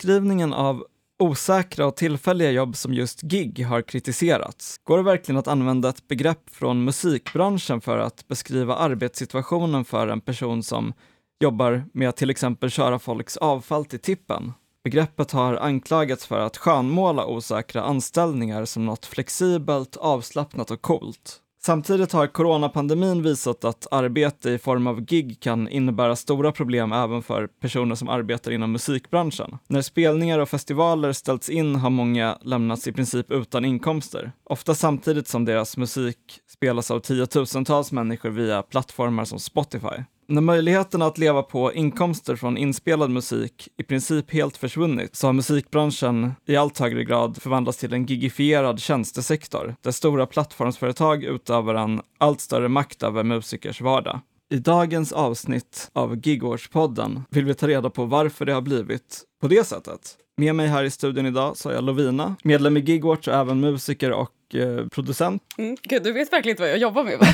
Beskrivningen av osäkra och tillfälliga jobb som just gig har kritiserats. Går det verkligen att använda ett begrepp från musikbranschen för att beskriva arbetssituationen för en person som jobbar med att till exempel köra folks avfall till tippen? Begreppet har anklagats för att skönmåla osäkra anställningar som något flexibelt, avslappnat och coolt. Samtidigt har coronapandemin visat att arbete i form av gig kan innebära stora problem även för personer som arbetar inom musikbranschen. När spelningar och festivaler ställts in har många lämnats i princip utan inkomster. Ofta samtidigt som deras musik spelas av tiotusentals människor via plattformar som Spotify. När möjligheten att leva på inkomster från inspelad musik i princip helt försvunnit så har musikbranschen i allt högre grad förvandlats till en gigifierad tjänstesektor där stora plattformsföretag utövar en allt större makt över musikers vardag. I dagens avsnitt av Gigwatch-podden vill vi ta reda på varför det har blivit på det sättet. Med mig här i studion idag så är jag Lovina, medlem i Gigwatch och även musiker och producent. Gud, du vet verkligen inte vad jag jobbar med.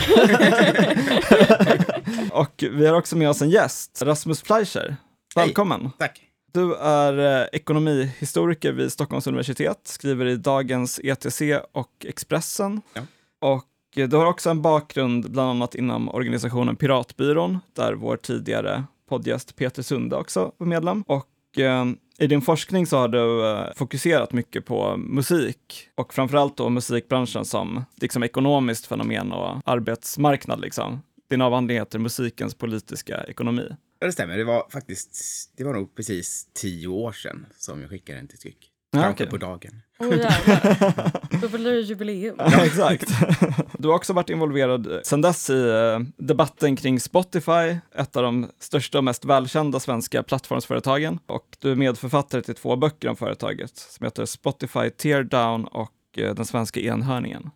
Och vi har också med oss en gäst, Rasmus Fleischer. Välkommen. Hej. Tack. Du är ekonomihistoriker vid Stockholms universitet, skriver i Dagens ETC och Expressen. Ja. Och du har också en bakgrund bland annat inom organisationen Piratbyrån, där vår tidigare poddgäst Peter Sunde också var medlem. Och i din forskning så har du fokuserat mycket på musik och framförallt då musikbranschen som liksom ekonomiskt fenomen och arbetsmarknad liksom. Din avhandling heter Musikens politiska ekonomi. Ja, det stämmer. Det var nog precis 10 år sedan som jag skickade den till tryck. Ja, Kanske okej. på dagen. Jävlar. Då blir det jubileum. Ja, exakt. Du har också varit involverad sedan dess i debatten kring Spotify, ett av de största och mest välkända svenska plattformsföretagen. Och du är medförfattare till 2 böcker om företaget som heter Spotify Teardown och Den svenska enhörningen.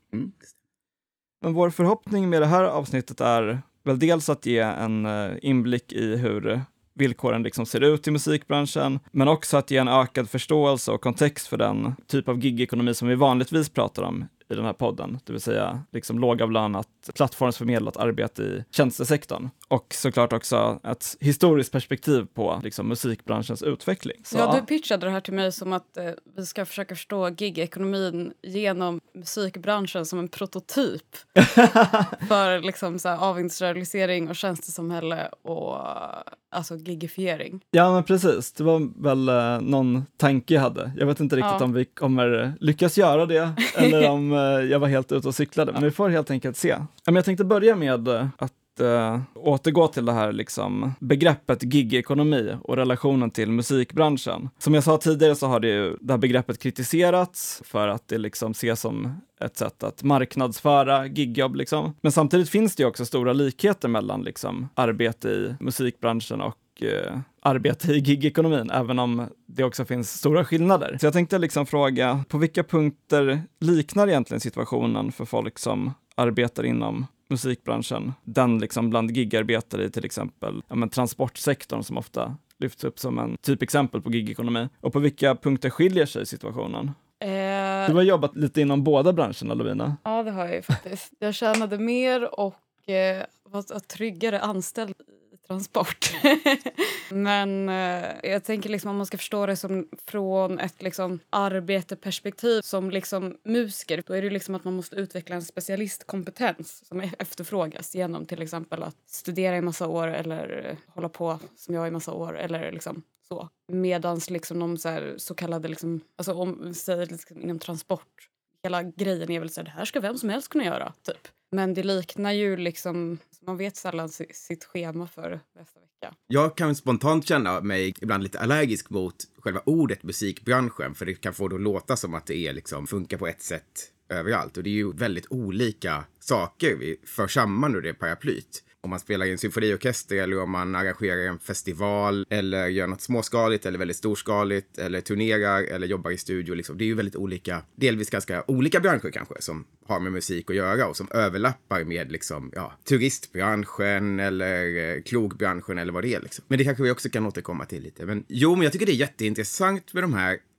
Men vår förhoppning med det här avsnittet är väl dels att ge en inblick i hur villkoren liksom ser ut i musikbranschen, men också att ge en ökad förståelse och kontext för den typ av gigekonomi som vi vanligtvis pratar om i den här podden, det vill säga liksom lågavlönat, plattformsförmedlat arbete i tjänstesektorn. Och såklart också ett historiskt perspektiv på liksom musikbranschens utveckling. Så, Ja, du pitchade det här till mig som att vi ska försöka förstå gigekonomin genom musikbranschen som en prototyp för liksom så här avindustrialisering och tjänstesamhälle och alltså gigifiering. Ja, men precis. Det var väl någon tanke jag hade. Jag vet inte riktigt om vi kommer lyckas göra det eller om jag var helt ute och cyklade. Men vi får helt enkelt se. Men jag tänkte börja med att återgå till det här liksom begreppet gigekonomi och relationen till musikbranschen. Som jag sa tidigare så har det här begreppet kritiserats för att det liksom ses som ett sätt att marknadsföra gigjobb liksom. Men samtidigt finns det ju också stora likheter mellan liksom arbete i musikbranschen och arbete i gigekonomin, även om det också finns stora skillnader. Så jag tänkte liksom fråga, på vilka punkter liknar egentligen situationen för folk som arbetar inom musikbranschen, den liksom bland gigarbetare i till exempel transportsektorn som ofta lyfts upp som en typexempel på gigekonomi. Och på vilka punkter skiljer sig situationen? Du har jobbat lite inom båda branscherna, Lovina. Ja, det har jag ju faktiskt. Jag tjänade mer och var tryggare anställd i transport. Men jag tänker liksom om man ska förstå det som från ett liksom arbeteperspektiv som liksom musiker, då är det liksom att man måste utveckla en specialistkompetens som efterfrågas genom till exempel att studera i massa år eller hålla på som jag i massa år eller liksom så. Medans liksom de så kallade liksom, alltså om säger liksom inom transport, hela grejen är väl så här, det här ska vem som helst kunna göra typ. Men det liknar ju liksom, man vet sällan sitt schema för nästa vecka. Jag kan spontant känna mig ibland lite allergisk mot själva ordet musikbranschen, för det kan få då låta som att det är liksom funkar på ett sätt överallt. Och det är ju väldigt olika saker vi för samman ur det paraplyt. Om man spelar i en symfoniorkester eller om man arrangerar en festival eller gör något småskaligt eller väldigt storskaligt eller turnerar eller jobbar i studio. Liksom. Det är ju väldigt olika, delvis ganska olika branscher kanske som har med musik att göra och som överlappar med liksom, turistbranschen eller krogbranschen eller vad det är. Liksom. Men det kanske vi också kan återkomma till lite. Men jag tycker det är jätteintressant med de här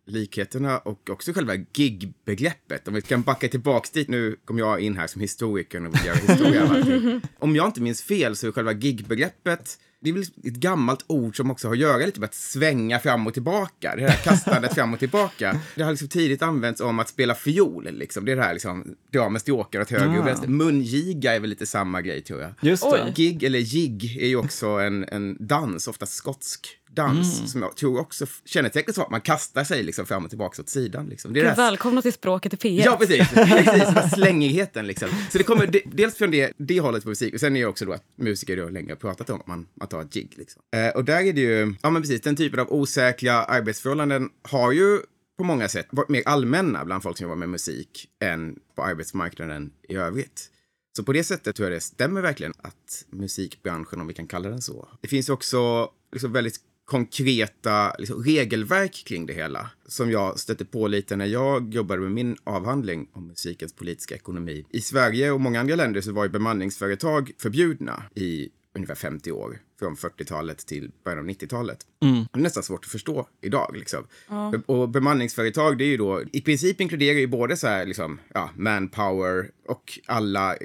likheterna och också själva gigbegreppet. Om vi kan backa tillbaks dit, nu kom jag in här som historiker och vill göra historia av allting. Om jag inte minns fel så är själva gigbegreppet, det är väl ett gammalt ord som också har att göra lite med att svänga fram och tillbaka. Det här kastandet fram och tillbaka. Det har liksom tidigt använts om att spela fiol. Liksom. Det är det här liksom, dra med stråkar åt höger och vänster. Mungiga är väl lite samma grej, tror jag. Just det. Gig eller jig är ju också en dans, ofta skotsk dans, som jag tror också kännetecknas av att man kastar sig liksom fram och tillbaka åt sidan. Liksom. Det är välkomna till språket i P1. Ja, precis. Precis, slängigheten liksom. Så det kommer dels från det hållet på musik, och sen är det också då att musiker då länge har pratat om att man tar ett gig liksom. Och där är det ju, ja men precis, den typen av osäkra arbetsförhållanden har ju på många sätt varit mer allmänna bland folk som jobbar med musik än på arbetsmarknaden i övrigt. Så på det sättet tror jag det stämmer verkligen att musikbranschen, om vi kan kalla den så. Det finns också liksom väldigt konkreta liksom, regelverk kring det hela som jag stötte på lite när jag jobbade med min avhandling om musikens politiska ekonomi. I Sverige och många andra länder så var ju bemanningsföretag förbjudna i ungefär 50 år. Från 40-talet till början av 90-talet. Det är nästan svårt att förstå idag. Liksom. Och bemanningsföretag, det är ju då i princip inkluderar ju både så här, liksom, ja, manpower och alla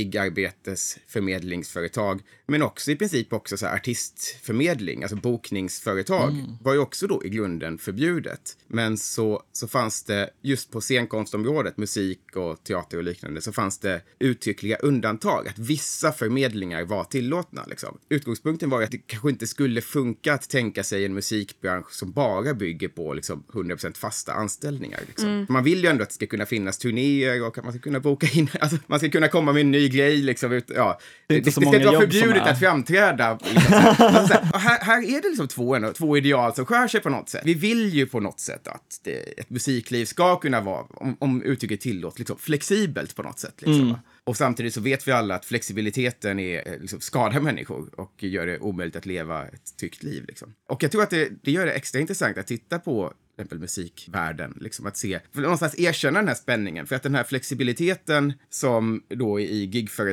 gigarbetesförmedlingsföretag. Men också i princip också så här artistförmedling, alltså bokningsföretag var ju också då i grunden förbjudet. Men så fanns det just på scenkonstområdet, musik och teater och liknande, så fanns det uttryckliga undantag. Att vissa förmedlingar var tillåtna. Liksom. Utgångspunkten var att det kanske inte skulle funka att tänka sig en musikbransch som bara bygger på liksom 100% fasta anställningar. Liksom. Man vill ju ändå att det ska kunna finnas turnéer och att man ska kunna boka in, alltså man ska kunna komma med en ny grej. Liksom, ja. Det ska inte vara förbjudet att framträda. Liksom. Alltså, här är det liksom två ideal som skär sig på något sätt. Vi vill ju på något sätt att ett musikliv ska kunna vara, om uttrycket tillåt, liksom, flexibelt på något sätt. Liksom. Och samtidigt så vet vi alla att flexibiliteten är, liksom, skadar människor och gör det omöjligt att leva ett tryggt liv. Liksom. Och jag tror att det gör det extra intressant att titta på till exempel musikvärlden. Liksom, att se, för någonstans erkänna den här spänningen. För att den här flexibiliteten som då i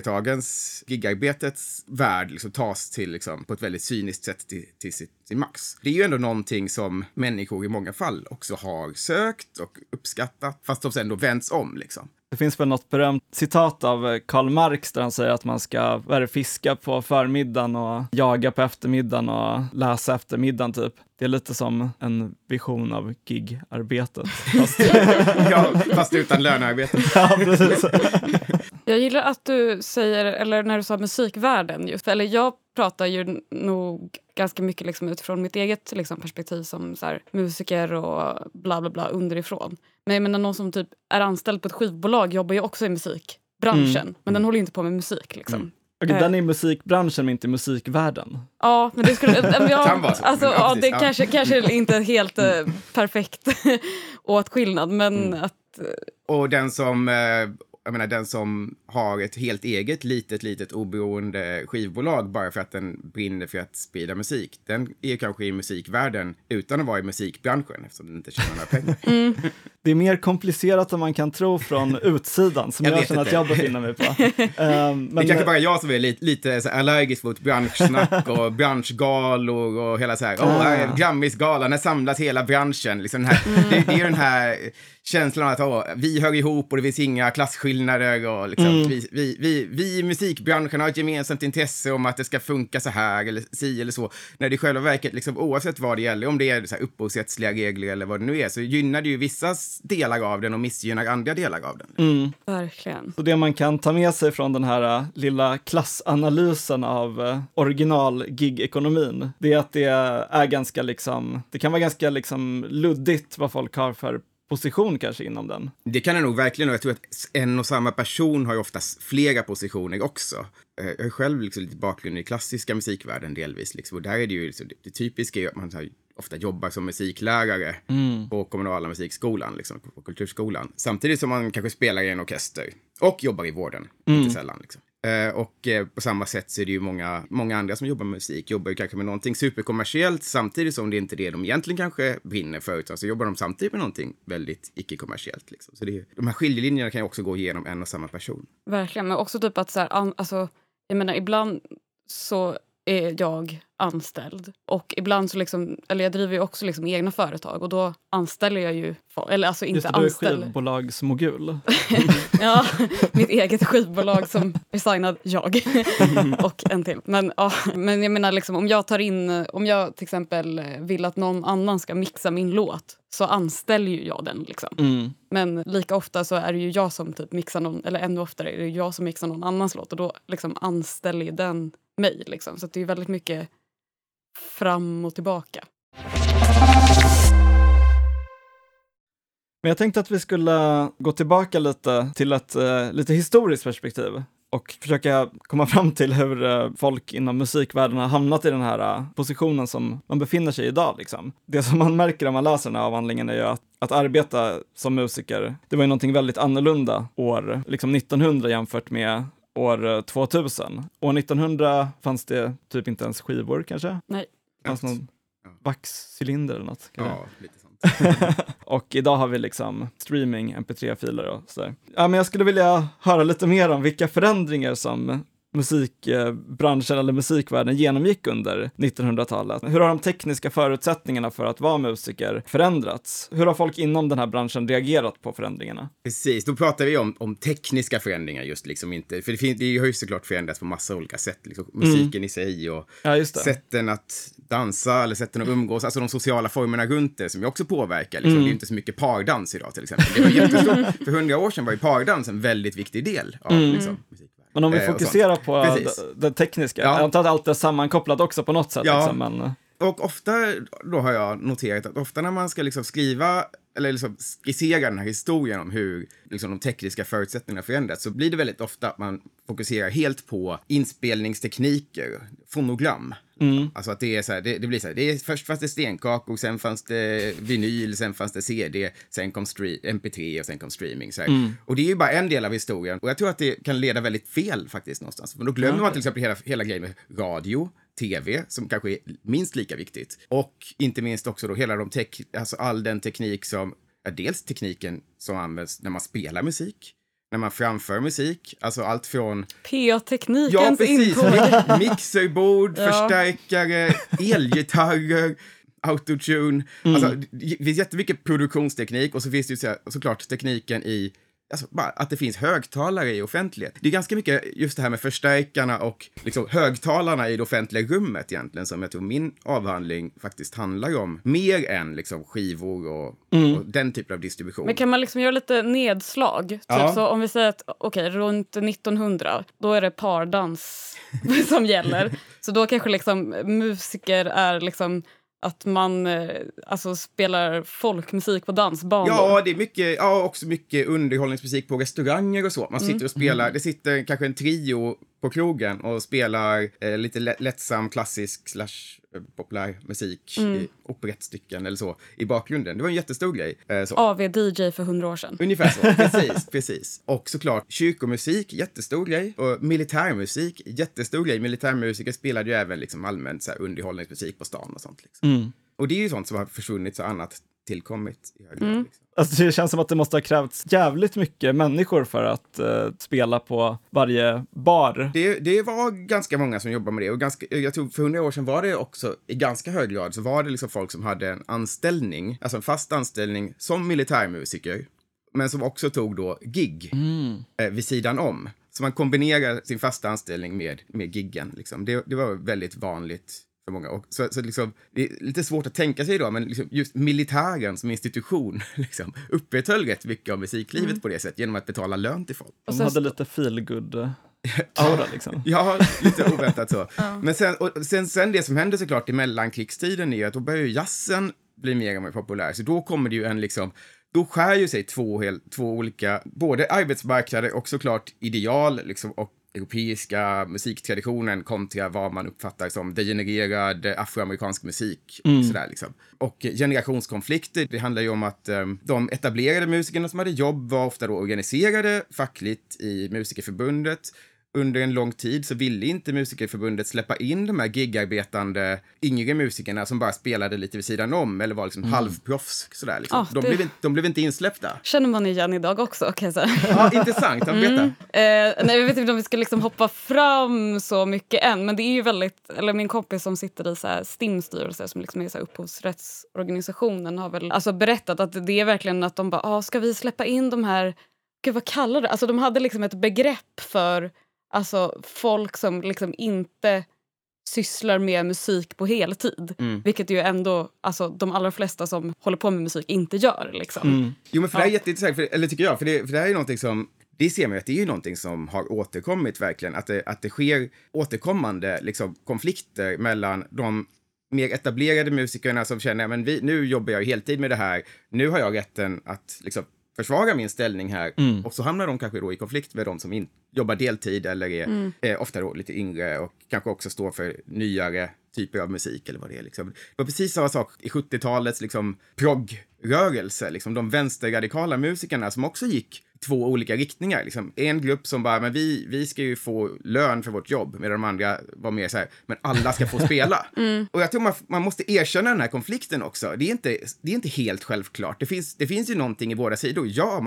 gigarbetets värld liksom, tas till liksom, på ett väldigt cyniskt sätt till sin max. Det är ju ändå någonting som människor i många fall också har sökt och uppskattat. Fast de sen då vänds om liksom. Det finns väl något berömt citat av Karl Marx där han säger att man ska fiska på förmiddagen och jaga på eftermiddagen och läsa eftermiddagen typ. Det är lite som en vision av gigarbetet. Fast utan lönearbete. Ja, precis. Jag gillar att du säger, eller när du sa musikvärlden just, eller jag pratar ju nog ganska mycket liksom utifrån mitt eget liksom, perspektiv som så här, musiker och bla bla bla underifrån. Men jag menar, någon som typ är anställd på ett skivbolag jobbar ju också i musikbranschen, men den håller inte på med musik liksom. Okej, den är i musikbranschen men inte i musikvärlden. Ja, men det skulle det kanske inte är helt perfekt åtskillnad, men att och den som har ett helt eget litet oberoende skivbolag bara för att den brinner för att sprida musik, den är kanske i musikvärlden utan att vara i musikbranschen eftersom den inte tjänar några pengar. Det är mer komplicerat än man kan tro från utsidan som jag känner att jag befinner mig på. Men det är kanske bara jag som är lite så allergisk mot branschsnack och branschgalor och hela så här, Grammisgalan, när samlas hela branschen. Liksom det är ju den här känslan av att vi hör ihop och det finns inga klasskillnader och liksom, vi i musikbranschen har ett gemensamt intresse om att det ska funka så här eller si eller så. När det i själva verket, liksom, oavsett vad det gäller, om det är så här upphovsrättsliga regler eller vad det nu är, så gynnar det ju vissa delar av den och missgynnar andra delar av den. Verkligen. Så det man kan ta med sig från den här lilla klassanalysen av original gig-ekonomin, det är att det är ganska liksom, det kan vara ganska liksom luddigt vad folk har för position kanske inom den. Det kan det nog verkligen, och jag tror att en och samma person har ju oftast flera positioner också. Jag har själv liksom lite bakgrund i klassiska musikvärlden delvis, liksom, och där är det ju liksom, det typiska är att man ofta jobbar som musiklärare på kommunala musikskolan, liksom, på kulturskolan. Samtidigt som man kanske spelar i en orkester och jobbar i vården, inte sällan. Liksom. Och på samma sätt så är det ju många andra som jobbar med musik, jobbar ju kanske med någonting superkommersiellt samtidigt som det inte är det de egentligen kanske brinner för, utan så jobbar de samtidigt med någonting väldigt icke-kommersiellt. Liksom. Så de här skiljelinjerna kan ju också gå igenom en och samma person. Verkligen, men också typ att så här, alltså, jag menar, ibland så är jag anställd. Och ibland så liksom, eller jag driver ju också liksom egna företag och då anställer jag ju folk, eller alltså inte Just det, du är anställer. skivbolagsmogul. Ja, mitt eget skivbolag som är signad jag och en till. Men, ja, men jag menar liksom, om jag till exempel vill att någon annan ska mixa min låt så anställer ju jag den liksom. Men lika ofta så är det ju jag som typ mixar någon, eller ännu oftare är det jag som mixar någon annans låt och då liksom anställer ju den mig liksom. Så det är ju väldigt mycket fram och tillbaka. Men jag tänkte att vi skulle gå tillbaka lite till ett lite historiskt perspektiv och försöka komma fram till hur folk inom musikvärlden har hamnat i den här positionen som man befinner sig i idag. Liksom. Det som man märker om man läser den här avhandlingen är ju att arbeta som musiker, det var ju någonting väldigt annorlunda år liksom 1900 jämfört med år 2000. År 1900 fanns det typ inte ens skivor kanske? Nej. Fanns någon vaxcylinder eller något? Kanske? Ja, lite sånt. Och idag har vi liksom streaming, mp3-filer och sådär. Ja, men jag skulle vilja höra lite mer om vilka förändringar som musikbranschen eller musikvärlden genomgick under 1900-talet. Hur har de tekniska förutsättningarna för att vara musiker förändrats? Hur har folk inom den här branschen reagerat på förändringarna? Precis, då pratar vi om tekniska förändringar just liksom inte. För det har ju såklart förändrats på massa olika sätt. Liksom. Musiken i sig och sätten att dansa eller sätten att umgås. Alltså de sociala formerna runt det som ju också påverkar. Liksom. Det är ju inte så mycket pardans idag till exempel. Det var jättestort. För 100 år sedan var ju pardans en väldigt viktig del av liksom, musik. Men om vi fokuserar på det tekniska, jag antar att allt är sammankopplat också på något sätt. Ja. Liksom, men... Och ofta då har jag noterat att ofta när man ska liksom skriva eller liksom skissera den här historien om hur liksom de tekniska förutsättningarna förändras så blir det väldigt ofta att man fokuserar helt på inspelningstekniker, fonogram. Alltså att det är så här, det blir så här, först fanns det stenkakor, sen fanns det vinyl, sen fanns det CD, sen kom MP3 och sen kom streaming. Så här. Och det är ju bara en del av historien och jag tror att det kan leda väldigt fel faktiskt någonstans. Men då glömmer man till exempel hela grejen med radio, tv, som kanske är minst lika viktigt. Och inte minst också då hela alltså all den teknik som är dels tekniken som används när man spelar musik, när man framför musik, alltså allt från PA-teknikens intåg. Mixerbord, förstärkare, elgitarrer, autotune. Alltså, det finns jättemycket produktionsteknik och så finns det ju såklart tekniken i alltså, bara att det finns högtalare i offentlighet. Det är ganska mycket just det här med förstärkarna och liksom högtalarna i det offentliga rummet egentligen som jag tror min avhandling faktiskt handlar om. Mer än liksom skivor och den typen av distribution. Men kan man liksom göra lite nedslag? Typ så om vi säger att runt 1900 då är det pardans som gäller. Så då kanske liksom musiker är liksom att man alltså spelar folkmusik på dansbanor. Ja, det är mycket, också mycket underhållningsmusik på restauranger och så. Man sitter och spelar, det sitter kanske en trio på krogen och spelar lite lättsam klassisk / populär musik, operettstycken eller så i bakgrunden. Det var en jättestor grej. AV-DJ för 100 år sedan. Ungefär så, precis. Och såklart kyrkomusik, jättestor grej. Och militärmusik, jättestor grej. Militärmusiker spelade ju även liksom allmänt så här, underhållningsmusik på stan och sånt. Liksom. Och det är ju sånt som har försvunnit så annat tillkommit i hög grad. Liksom. Alltså det känns som att det måste ha krävts jävligt mycket människor för att spela på varje bar. Det var ganska många som jobbade med det. Och jag tror för 100 år sedan var det också i ganska hög grad så var det liksom folk som hade en anställning, alltså en fast anställning som militärmusiker. Men som också tog då gig vid sidan om. Så man kombinerar sin fasta anställning med giggen. Liksom. Det var väldigt vanligt för många. Och så liksom, det är lite svårt att tänka sig idag, men liksom just militären som institution liksom, upprätthöll rätt mycket av musiklivet på det sättet genom att betala lön till folk. De hade lite feel-good aura liksom. Ja, lite oväntat så. Men sen det som hände såklart i mellankrigstiden är att då börjar ju jazzen bli mer och mer populär. Så då kommer det ju då skär ju sig två olika, både arbetsmarknader och såklart ideal liksom, och europeiska musiktraditionen kontra vad man uppfattar som degenererad afroamerikansk musik. Sådär, liksom. Och generationskonflikter, det handlar ju om att de etablerade musikerna som hade jobb var ofta då organiserade fackligt i musikerförbundet. under en lång tid så ville inte Musikerförbundet släppa in de här gigarbetande yngre musikerna som bara spelade lite vid sidan om eller var liksom halvproffs sådär. Liksom. De blev inte insläppta. Känner man igen idag också, kan jag säga. Ja, intressant. Jag vet nej, jag vet inte om vi ska liksom hoppa fram så mycket än, men det är ju väldigt, eller min kompis som sitter i så här STIM-styrelse som liksom är så här upphovsrättsorganisationen har väl alltså berättat att det är verkligen att de bara, ska vi släppa in de här, gud vad kallar det? Alltså de hade liksom ett begrepp för alltså folk som liksom inte sysslar med musik på heltid. Vilket ju ändå alltså, de allra flesta som håller på med musik inte gör. Liksom. Jo, men för det är jätteintressant, eller tycker jag, för det här är någonting som, det ser man att det är ju någonting som har återkommit verkligen. Att det sker återkommande liksom, konflikter mellan de mer etablerade musikerna som känner, men nu jobbar jag heltid med det här, nu har jag rätten att liksom, försvara min ställning här. Och så hamnar de kanske då i konflikt med de som jobbar deltid eller är ofta då lite yngre och kanske också står för nyare typer av musik eller vad det är. Liksom. Det var precis samma sak i 70-talets liksom, proggrörelse. Liksom, de vänsterradikala musikerna som också gick två olika riktningar. Liksom. En grupp som bara, men vi ska ju få lön för vårt jobb, medan de andra var mer så här, men alla ska få spela. Och jag tror man måste erkänna den här konflikten också. Det är inte helt självklart. Det finns ju någonting i båda sidor. Ja,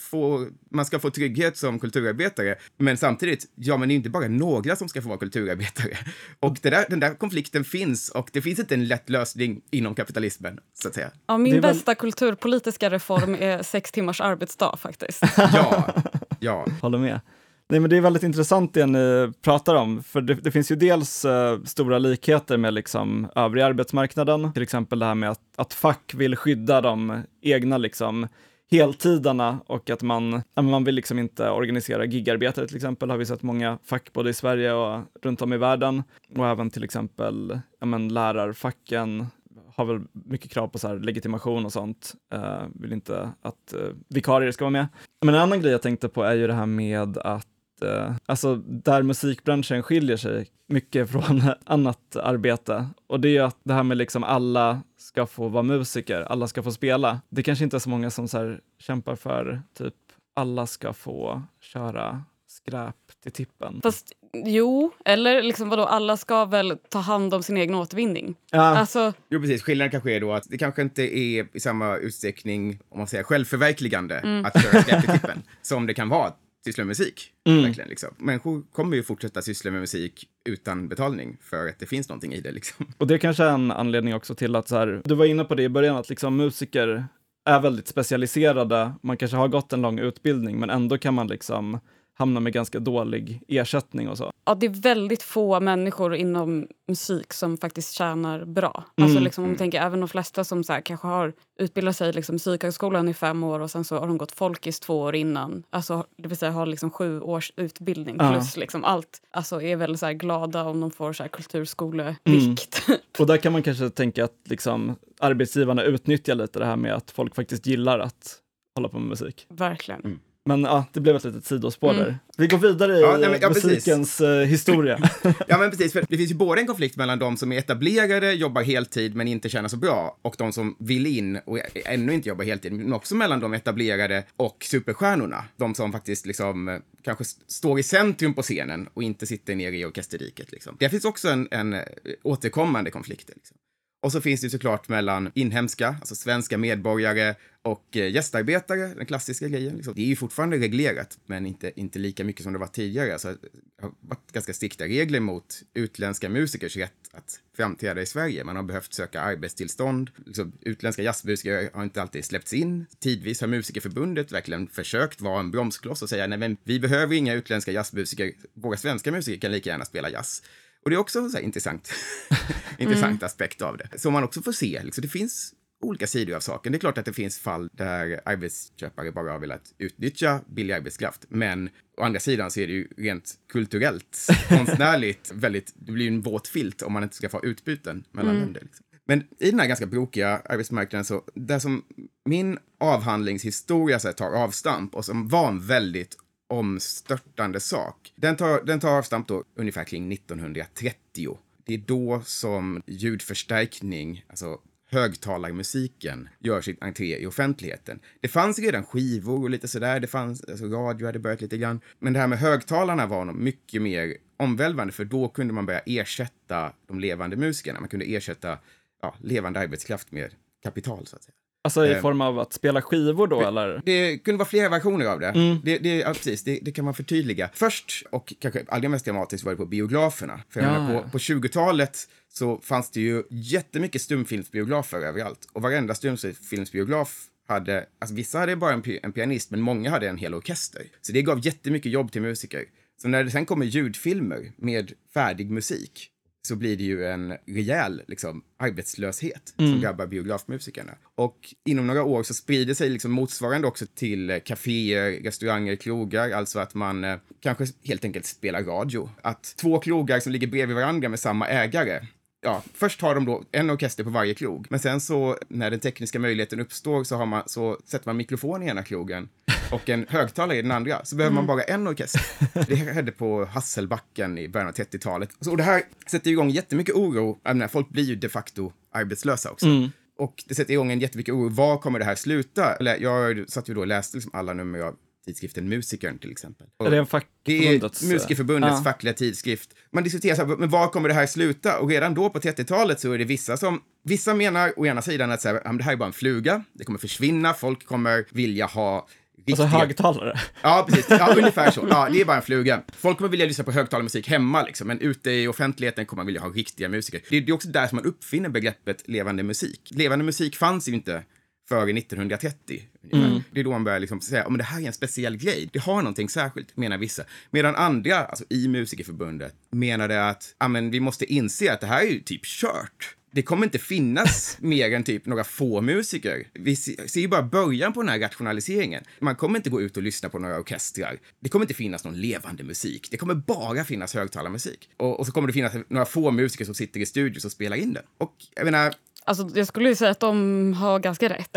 man ska få trygghet som kulturarbetare, men samtidigt, ja, men det är inte bara några som ska få vara kulturarbetare. Och den där konflikten finns, och det finns inte en lätt lösning inom kapitalismen, så att säga. Ja, min bästa kulturpolitiska reform är 6 timmars arbetsdag faktiskt. Ja. Håller med. Nej, men det är väldigt intressant det ni pratar om, för det finns ju dels stora likheter med liksom övriga arbetsmarknaden, till exempel det här med att fack vill skydda de egna liksom heltidarna och att man vill liksom inte organisera gigarbetare till exempel, har vi sett många fack både i Sverige och runt om i världen, och även till exempel lärarfacken har väl mycket krav på så här legitimation och sånt. Vill inte att vikarier ska vara med. Men en annan grej jag tänkte på är ju det här med att alltså där musikbranschen skiljer sig mycket från annat arbete. Och det är ju att det här med liksom alla ska få vara musiker, alla ska få spela. Det kanske inte är så många som så här kämpar för typ alla ska få köra skräp till tippen. Fast jo, eller liksom vadå, alla ska väl ta hand om sin egen återvinning. Ja. Alltså, Jo, precis. Skillnaden kanske är då att det kanske inte är i samma utsträckning, om man säger självförverkligande, att köra skräp till tippen, som det kan vara syssla med musik. Verkligen, liksom. Människor kommer ju fortsätta syssla med musik utan betalning för att det finns någonting i det. Liksom. Och det är kanske är en anledning också till att så här, du var inne på det i början, att liksom musiker är väldigt specialiserade. Man kanske har gått en lång utbildning, men ändå kan man liksom hamna med ganska dålig ersättning och så. ja, det är väldigt få människor inom musik som faktiskt tjänar bra. Alltså liksom, om man tänker även de flesta som så här, kanske har utbildat sig liksom, musikhögskolan i 5 år och sen så har de gått folkis 2 år innan. Alltså, det vill säga har liksom 7 års utbildning plus liksom allt. Alltså är väl så här glada om de får så här kulturskolevikt. Och där kan man kanske tänka att liksom arbetsgivarna utnyttjar lite det här med att folk faktiskt gillar att hålla på med musik. Verkligen. Men ja, det blev ett litet sidospår där. Vi går vidare i musikens historia. Ja, men precis. För det finns ju både en konflikt mellan de som är etablerade, jobbar heltid men inte tjänar så bra, och de som vill in och ännu inte jobbar heltid, men också mellan de etablerade och superstjärnorna. De som faktiskt liksom kanske står i centrum på scenen och inte sitter nere i orkesterdiket. Liksom. Det finns också en återkommande konflikt. Liksom. Och så finns det såklart mellan inhemska, alltså svenska medborgare och gästarbetare, den klassiska grejen. Liksom. Det är ju fortfarande reglerat, men inte lika mycket som det var tidigare. Alltså, det har varit ganska strikta regler mot utländska musikers rätt att framträda i Sverige. Man har behövt söka arbetstillstånd. Liksom, utländska jazzmusiker har inte alltid släppts in. Tidvis har Musikerförbundet verkligen försökt vara en bromskloss och säga, nej men vi behöver inga utländska jazzmusiker. Våra svenska musiker kan lika gärna spela jazz. Och det är också en så här intressant aspekt av det. Så man också får se, liksom, det finns olika sidor av saken. Det är klart att det finns fall där arbetsköpare bara har velat utnyttja billig arbetskraft. Men å andra sidan så är det ju rent kulturellt, konstnärligt, det blir ju en våt filt om man inte ska få utbyten mellan länder. Liksom. Men i den här ganska brokiga arbetsmarknaden så, där som min avhandlingshistoria så här, tar avstamp och som var en väldigt omstörtande sak. Den tar avstamp då ungefär kring 1930. Det är då som ljudförstärkning, alltså högtalarmusiken gör sitt entré i offentligheten. Det fanns redan skivor och lite sådär, det fanns, alltså radio hade börjat lite grann. Men det här med högtalarna var nog mycket mer omvälvande, för då kunde man börja ersätta de levande musikerna. Man kunde ersätta levande arbetskraft med kapital, så att säga. Alltså i form av att spela skivor då, eller? Det kunde vara flera versioner av det. Ja, precis. Det kan man förtydliga. Först, och kanske allra mest dramatiskt, var det på biograferna. För jag menar, på 20-talet så fanns det ju jättemycket stumfilmsbiografer överallt. Och varenda stumfilmsbiograf hade, alltså vissa hade bara en pianist, men många hade en hel orkester. Så det gav jättemycket jobb till musiker. Så när det sen kommer ljudfilmer med färdig musik, så blir det ju en rejäl arbetslöshet som drabbar biografmusikerna. Och inom några år så sprider sig motsvarande också till kaféer, restauranger, krogar. Alltså att man kanske helt enkelt spelar radio. Att 2 krogar som ligger bredvid varandra med samma ägare. Ja, först har de då en orkester på varje krog. Men sen så, när den tekniska möjligheten uppstår, så sätter man mikrofon i ena krogen och en högtalare i den andra. Så behöver man bara en orkester. Det hände på Hasselbacken i början av 30-talet. Och det här sätter igång jättemycket oro. Folk blir ju de facto arbetslösa också. Och det sätter igång en jättemycket oro. Var kommer det här sluta? Jag satt ju då och läste alla nummer av tidskriften Musikern till exempel. Är det en fackförbundets? Det är Musikerförbundets fackliga tidskrift. Man diskuterar så här, men var kommer det här sluta? Och redan då på 30-talet så är det vissa menar å ena sidan att det här är bara en fluga. Det kommer försvinna. Folk kommer vilja ha riktiga... Alltså högtalare. Ja, precis. Ja, ungefär så. Ja, det är bara en fluga. Folk kommer vilja lyssna på högtalarmusik hemma men ute i offentligheten kommer man vilja ha riktiga musiker. Det är också där som man uppfinner begreppet levande musik. Levande musik fanns ju inte före 1930. Det är då man börjar säga, det här är en speciell grej. Det har någonting särskilt, menar vissa. Medan andra, alltså i Musikerförbundet, menade att vi måste inse att det här är ju typ kört. Det kommer inte finnas mer än typ några få musiker. Vi ser ju bara början på den här rationaliseringen. Man kommer inte gå ut och lyssna på några orkestrar. Det kommer inte finnas någon levande musik. Det kommer bara finnas högtalarmusik. Och så kommer det finnas några få musiker som sitter i studios och spelar in den. Och jag menar... Alltså, jag skulle ju säga att de har ganska rätt.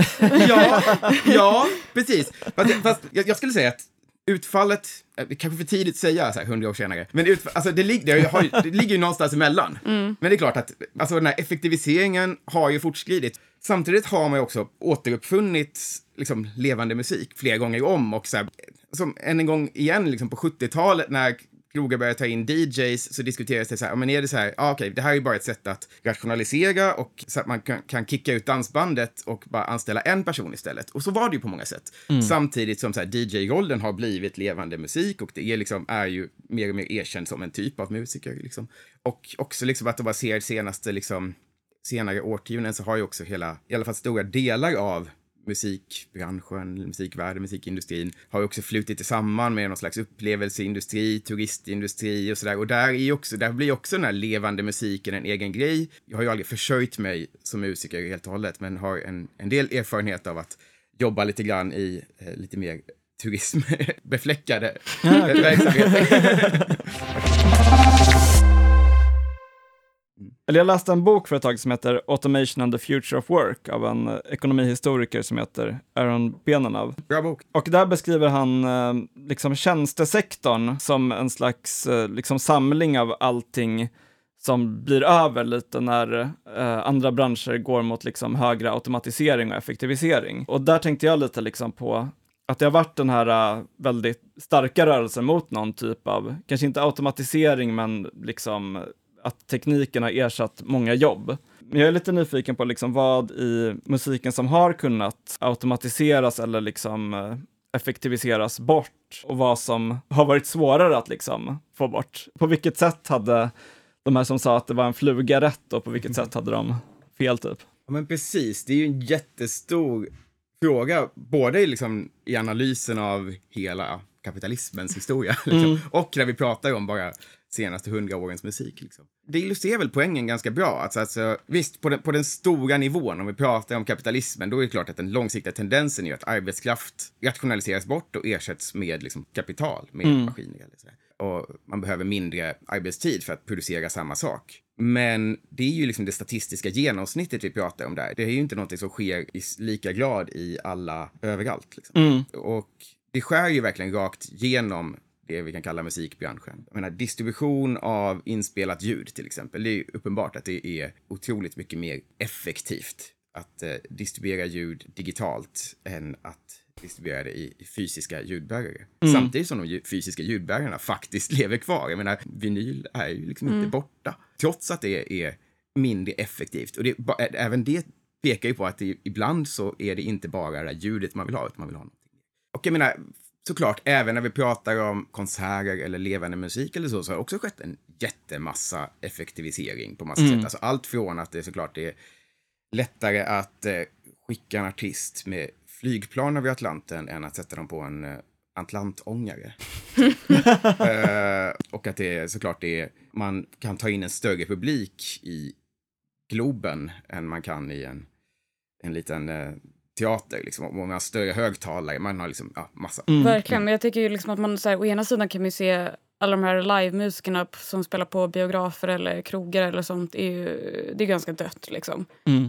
ja, precis. Fast jag skulle säga att utfallet, kanske för tidigt att säga 100 år senare, men det ligger ju någonstans emellan. Men det är klart att den här effektiviseringen har ju fortskridit. Samtidigt har man ju också återuppfunnit levande musik flera gånger om. Och som en gång igen på 70-talet när krogar börjar ta in DJs, så diskuteras det men är det okej, det här är ju bara ett sätt att rationalisera och så att man kan kicka ut dansbandet och bara anställa en person istället. Och så var det ju på många sätt. Samtidigt som DJ-rollen har blivit levande musik och det är ju mer och mer erkänd som en typ av musiker. Och också att de bara ser senare årtionden så har ju också i alla fall stora delar av musikbranschen, musikvärlden, musikindustrin har ju också flutit samman med någon slags upplevelseindustri, turistindustri och sådär. Och där blir också den här levande musiken en egen grej. Jag har ju aldrig försörjt mig som musiker helt och hållet, men har en del erfarenhet av att jobba lite grann i lite mer turismbefläckade verksamheter. Eller jag läste en bok för ett tag som heter Automation and the Future of Work av en ekonomihistoriker som heter Aaron Benanav. Bra bok. Och där beskriver han tjänstesektorn som en slags samling av allting som blir över lite när andra branscher går mot högre automatisering och effektivisering. Och där tänkte jag lite på att det har varit den här väldigt starka rörelsen mot någon typ av, kanske inte automatisering, men att tekniken har ersatt många jobb. Men jag är lite nyfiken på vad i musiken som har kunnat automatiseras eller effektiviseras bort och vad som har varit svårare att få bort. På vilket sätt hade de här som sa att det var en fluga rätt och på vilket sätt hade de fel typ? Ja, men precis, det är ju en jättestor fråga, både i analysen av hela kapitalismens historia och när vi pratar om bara senaste 100 årens musik. Det illustrerar väl poängen ganska bra. Alltså, visst, på den stora nivån, om vi pratar om kapitalismen, då är det klart att den långsiktiga tendensen är att arbetskraft rationaliseras bort och ersätts med kapital, med maskiner. Eller så. Och man behöver mindre arbetstid för att producera samma sak. Men det är ju det statistiska genomsnittet vi pratar om där. Det är ju inte något som sker i lika grad i alla överallt. Och det skär ju verkligen rakt genom det vi kan kalla musikbranschen. Jag menar, distribution av inspelat ljud till exempel. Det är ju uppenbart att det är otroligt mycket mer effektivt att distribuera ljud digitalt än att distribuera det i fysiska ljudbärare. Samtidigt som de fysiska ljudbärarna faktiskt lever kvar. Jag menar, vinyl är ju liksom inte borta. Trots att det är mindre effektivt. Och även det pekar ju på att ibland så är det inte bara det ljudet man vill ha, utan man vill ha någonting. Och jag menar, såklart, även när vi pratar om konserter eller levande musik eller så har det också skett en jättemassa effektivisering på massa sätt. Alltså allt från att det såklart är lättare att skicka en artist med flygplan över Atlanten än att sätta dem på en Atlantångare. Och att det såklart man kan ta in en större publik i Globen än man kan i en liten teater, liksom, och man har större högtalare, man har liksom, massa. Verkligen, men jag tycker ju liksom att man så här, å ena sidan kan man ju se alla de här live-musikerna som spelar på biografer eller krogar eller sånt, det är ganska dött liksom.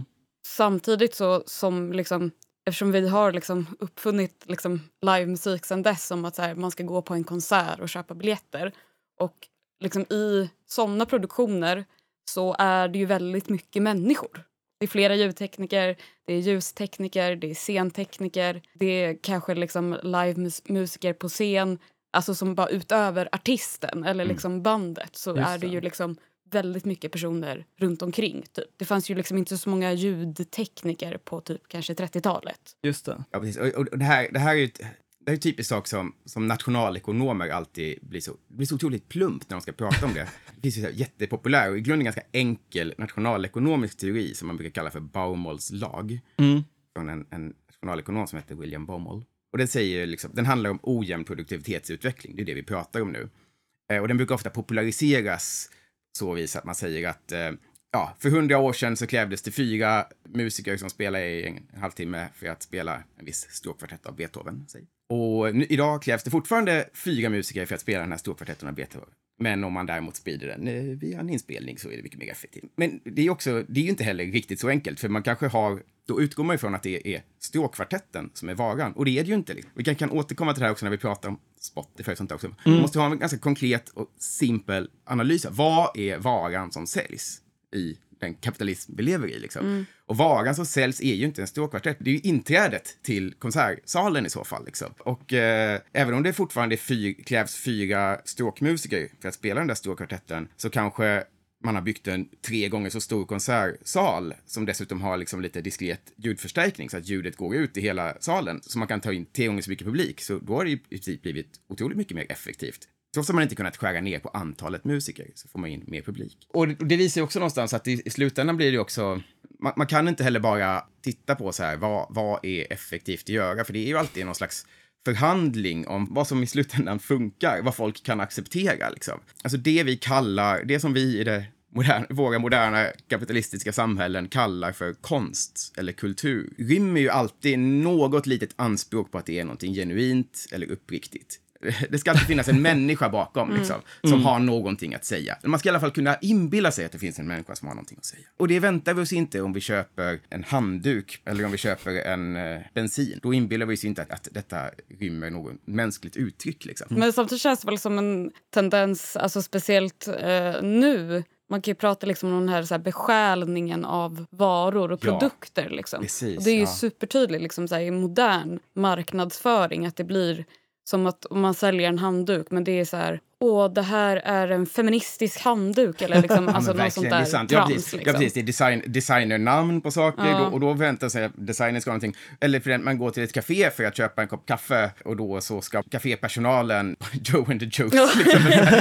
Samtidigt så som liksom, eftersom vi har liksom uppfunnit liksom livemusik sedan dess, som att så här, man ska gå på en konsert och köpa biljetter, och liksom i sådana produktioner så är det ju väldigt mycket människor. Det är flera ljudtekniker, det är ljustekniker, det är scentekniker, det är kanske liksom livemusiker på scen, alltså som bara utöver artisten eller liksom bandet, så är det ju liksom väldigt mycket personer runt omkring. Typ. Det fanns ju liksom inte så många ljudtekniker på typ kanske 30-talet. Just det. Ja, precis. Och det här är ju det är typiskt sak som nationalekonomer alltid blir så otroligt plumpt när de ska prata om det. Det finns ju jättepopulär och i grunden ganska enkel nationalekonomisk teori som man brukar kalla för Baumolls lag. Från en nationalekonom som heter William Baumol. Och den säger liksom, den handlar om ojämn produktivitetsutveckling. Det är det vi pratar om nu. Och den brukar ofta populariseras så vis att man säger att för 100 år sedan så krävdes det 4 musiker som spelade i en halvtimme för att spela en viss stråkkvartett av Beethoven. Och idag krävs det fortfarande 4 musiker för att spela den här stråkkvartetten av Beethoven. Men om man däremot sprider den via en inspelning så är det mycket mer effektivt. Men det är ju inte heller riktigt så enkelt, för man kanske då utgår man ifrån att det är stråkkvartetten som är varan. Och det är det ju inte. Vi kan återkomma till det här också när vi pratar om Spotify och sånt också. Man måste ha en ganska konkret och simpel analys. Vad är varan som säljs i den kapitalism vi lever i liksom. Och varan som säljs är ju inte en stråkkvartett. Det är ju inträdet till konsertsalen i så fall liksom. Och även om det fortfarande krävs 4 stråkmusiker för att spela den där stråkkvartetten, så kanske man har byggt en 3 gånger så stor konsertsal som dessutom har liksom lite diskret ljudförstärkning så att ljudet går ut i hela salen, så man kan ta in 3 gånger så mycket publik. Så då har det i princip blivit otroligt mycket mer effektivt. Trots att man inte kunnat skära ner på antalet musiker så får man in mer publik. Och det visar ju också någonstans att i slutändan blir det också, man kan inte heller bara titta på så här, vad är effektivt att göra, för det är ju alltid någon slags förhandling om vad som i slutändan funkar, vad folk kan acceptera liksom. Alltså det som vi i våra moderna kapitalistiska samhällen kallar för konst eller kultur rymmer ju alltid något litet anspråk på att det är någonting genuint eller uppriktigt. Det ska alltid finnas en människa bakom liksom, som har någonting att säga. Man ska i alla fall kunna inbilla sig att det finns en människa som har någonting att säga. Och det väntar vi oss inte om vi köper en handduk eller om vi köper en bensin. Då inbillar vi oss inte att detta rymmer något mänskligt uttryck. Liksom. Men samtidigt känns det väl som en tendens, alltså speciellt nu. Man kan ju prata liksom om den här besjälningen av varor och produkter. Liksom. Precis, och det är ju supertydligt liksom, så här, i modern marknadsföring att det blir som att om man säljer en handduk, men det är så här, det här är en feministisk handduk eller liksom, alltså något sånt där trams. Ja, precis. Det är designernamn på saker och då väntar sig att designern ska ha någonting. Eller för man går till ett café för att köpa en kopp kaffe och då så ska kafépersonalen Joe and the Jokes liksom,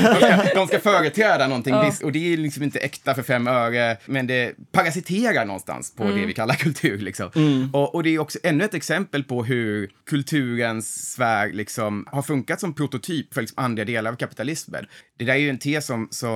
de ska företräda någonting och det är liksom inte äkta för 5 öre, men det parasiterar någonstans på det vi kallar kultur liksom. Och det är också ännu ett exempel på hur kulturens sfär liksom har funkat som prototyp för liksom andra delar av kapitalismen. Det där är ju en tes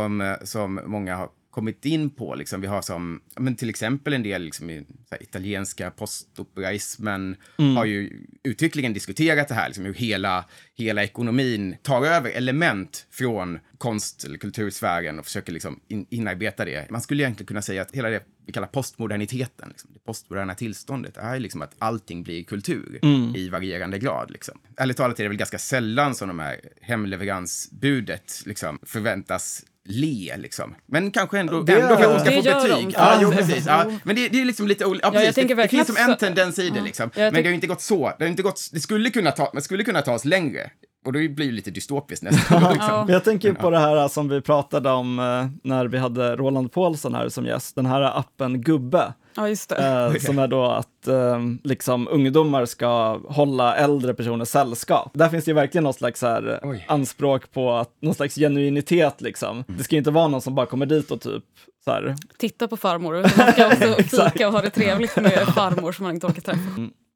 som många har kommit in på. Liksom. Vi har till exempel en del liksom, i italienska postoperaismen har ju uttryckligen diskuterat det här. Liksom, hur hela ekonomin tar över element från konst- eller kultursfären och försöker liksom, inarbeta det. Man skulle egentligen kunna säga att hela det vi kallar postmoderniteten, liksom, det postmoderna tillståndet är liksom att allting blir kultur i varierande grad. Liksom. Ärligt talat är det väl ganska sällan som de här hemleveransbudet liksom, förväntas le liksom. Men kanske ändå Det för att få gör betyg. de. Ja, jo, precis. Ja, men det är liksom lite olika. Ja, jag tänker det verkligen finns som att- en tendens i det liksom. Men det har ju inte gått så. Det har inte gått, man skulle kunna ta oss längre. Och då blir det lite dystopiskt nästan. Liksom. Ja. Men jag tänker ju på det här som vi pratade om när vi hade Roland Paulsson här som gäst, den här appen Gubbe. Ja, just det. Som är då att liksom ungdomar ska hålla äldre personer sällskap. Där finns det ju verkligen något slags så här, anspråk på att, någon slags genuinitet liksom. Det ska ju inte vara någon som bara kommer dit och typ så här. Titta på farmor. Man ska också fika och ha det trevligt med farmor som man inte orkar träffa.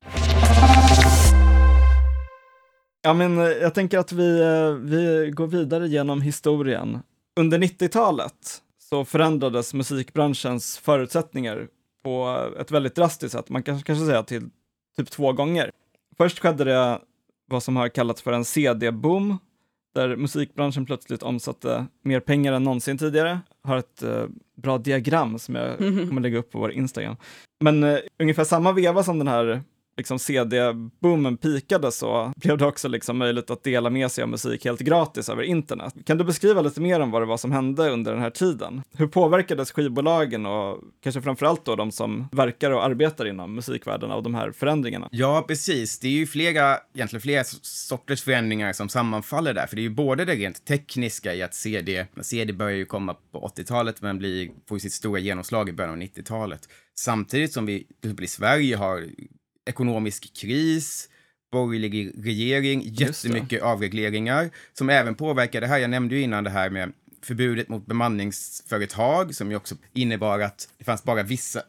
Ja, men jag tänker att vi går vidare genom historien. Under 90-talet så förändrades musikbranschens förutsättningar på ett väldigt drastiskt sätt. Man kanske säga till typ 2 gånger. Först skedde det vad som har kallats för en CD-boom, där musikbranschen plötsligt omsatte mer pengar än någonsin tidigare. Har ett bra diagram som jag kommer lägga upp på vår Instagram. Men ungefär samma veva som den här liksom CD-boomen pikade så blev det också liksom möjligt att dela med sig av musik helt gratis över internet. Kan du beskriva lite mer om vad det var som hände under den här tiden? Hur påverkades skivbolagen och kanske framförallt då de som verkar och arbetar inom musikvärlden av de här förändringarna? Ja, precis. Det är ju flera sorters förändringar som sammanfaller där. För det är ju både det rent tekniska i att CD börjar ju komma på 80-talet men får ju sitt stora genomslag i början av 90-talet. Samtidigt som vi till exempel i Sverige har ekonomisk kris, borgerlig regering, jättemycket avregleringar som även påverkar det här. Jag nämnde ju innan det här med förbudet mot bemanningsföretag som ju också innebar att det fanns bara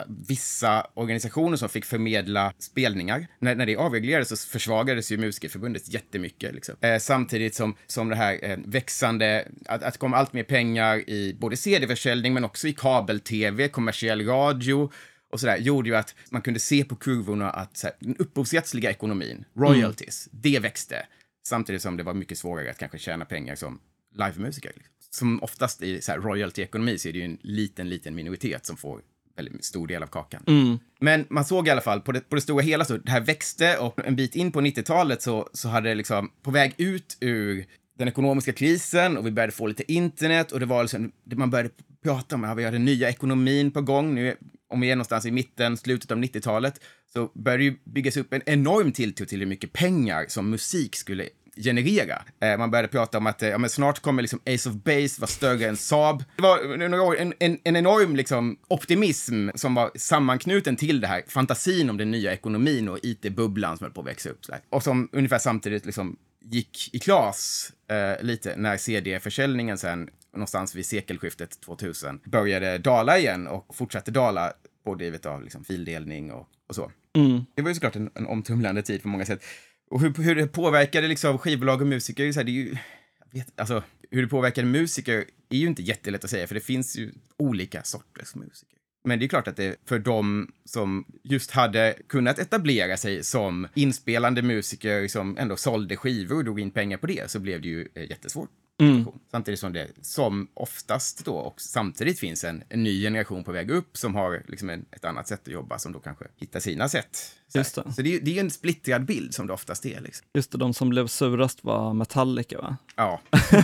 vissa organisationer som fick förmedla spelningar. När det avreglerades så försvagades ju Musikerförbundet jättemycket. Liksom. Samtidigt som det här växande, att komma allt mer pengar i både CD-försäljning men också i kabel-tv, kommersiell radio och sådär, gjorde ju att man kunde se på kurvorna att så här, den upphovsrättsliga ekonomin, royalties, det växte. Samtidigt som det var mycket svårare att kanske tjäna pengar som livemusiker. Liksom. Som oftast i så här, royalty-ekonomi så är det ju en liten minoritet som får väldigt stor del av kakan. Men man såg i alla fall på det stora hela så det här växte och en bit in på 90-talet så hade det liksom på väg ut ur den ekonomiska krisen och vi började få lite internet och det var liksom, man började prata om att vi har den nya ekonomin på gång. Nu, om vi är någonstans i slutet av 90-talet så började ju byggas upp en enorm tilltro till hur mycket pengar som musik skulle generera. Man började prata om att men snart kommer liksom Ace of Base vara större än Saab. Det var några år, en enorm liksom, optimism som var sammanknuten till det här fantasin om den nya ekonomin och IT-bubblan som höll på att växa upp. Och som ungefär samtidigt liksom gick i klas lite när CD-försäljningen sen någonstans vid sekelskiftet 2000 började dala igen och fortsatte dala pådrivet av liksom, fildelning och så. Det var ju såklart en omtumlande tid på många sätt. Och hur det påverkade liksom, skivbolag och musiker, så här, det är ju, alltså, hur det påverkade musiker är ju inte jättelätt att säga för det finns ju olika sorters musiker. Men det är klart att det för de som just hade kunnat etablera sig som inspelande musiker som ändå sålde skivor och drog in pengar på det så blev det ju jättesvårt. Samtidigt som det som oftast då och samtidigt finns en ny generation på väg upp som har liksom ett annat sätt att jobba som då kanske hittar sina sätt. Just det. Så det är en splittrad bild som det oftast är. Liksom. Just det, de som blev surast var Metallica, va? Ja.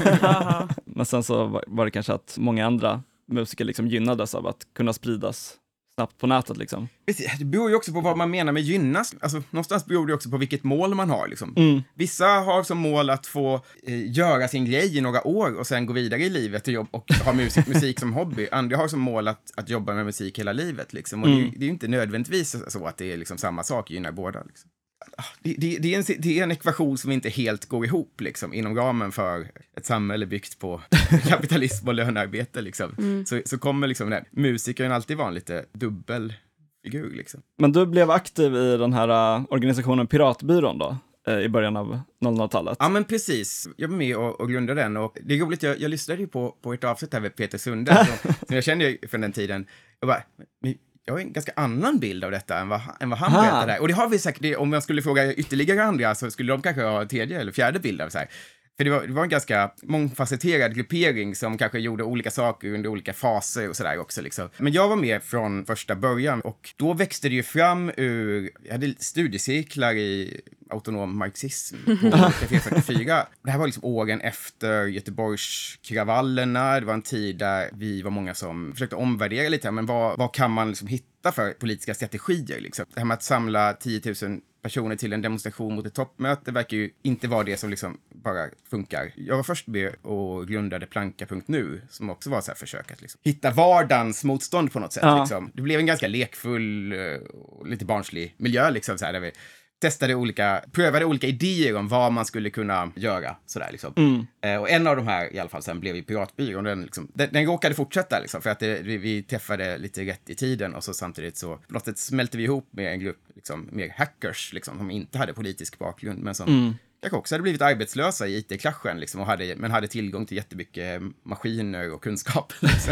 Men sen så var det kanske att många andra musiker liksom gynnades av att kunna spridas snabbt på nätet liksom. Det beror ju också på vad man menar med gynnas. Alltså, någonstans beror det också på vilket mål man har. Liksom. Vissa har som mål att få göra sin grej i några år och sen gå vidare i livet och ha musik som hobby. Andra har som mål att jobba med musik hela livet. Liksom. Och det är ju inte nödvändigtvis så att det är liksom samma sak, gynnar båda. Liksom. Det är en ekvation som inte helt går ihop liksom, inom ramen för ett samhälle byggt på kapitalism och lönearbete. Liksom. Så kommer liksom, musikern alltid vara en lite dubbel figur. Liksom. Men du blev aktiv i den här organisationen Piratbyrån då? I början av 00-talet. Ja, men precis. Jag var med och grundade den. Och det är roligt, jag lyssnade ju på ett avsnitt här med Peter Sunde som jag kände ju från den tiden. Jag har en ganska annan bild av detta än vad han berättade. Och det har vi säkert, om jag skulle fråga ytterligare andra så skulle de kanske ha en tredje eller fjärde bild av så här. För det var en ganska mångfacetterad gruppering som kanske gjorde olika saker under olika faser och sådär också liksom. Men jag var med från första början och då växte det ju fram jag hade studiecirklar i autonom marxism på Café 44. Det här var liksom åren efter Göteborgskravallerna. Det var en tid där vi var många som försökte omvärdera lite. Men vad kan man liksom hitta för politiska strategier? Liksom? Det här med att samla 10 000 personer till en demonstration mot ett toppmöte verkar ju inte vara det som liksom bara funkar. Jag var först med och grundade Planka.nu som också var så här försök att liksom hitta vardagens motstånd på något sätt. Ja. Liksom. Det blev en ganska lekfull och lite barnslig miljö liksom, så här, där vi prövade olika idéer om vad man skulle kunna göra. Sådär, liksom. Och en av de här i alla fall sen blev i Piratbyrån. Den råkade fortsätta liksom, för att vi träffade lite rätt i tiden och så samtidigt så på något sätt smälte vi ihop med en grupp liksom, mer hackers liksom, som inte hade politisk bakgrund men som kanske också hade blivit arbetslösa i IT-klaschen liksom, men hade tillgång till jättemycket maskiner och kunskap. Liksom.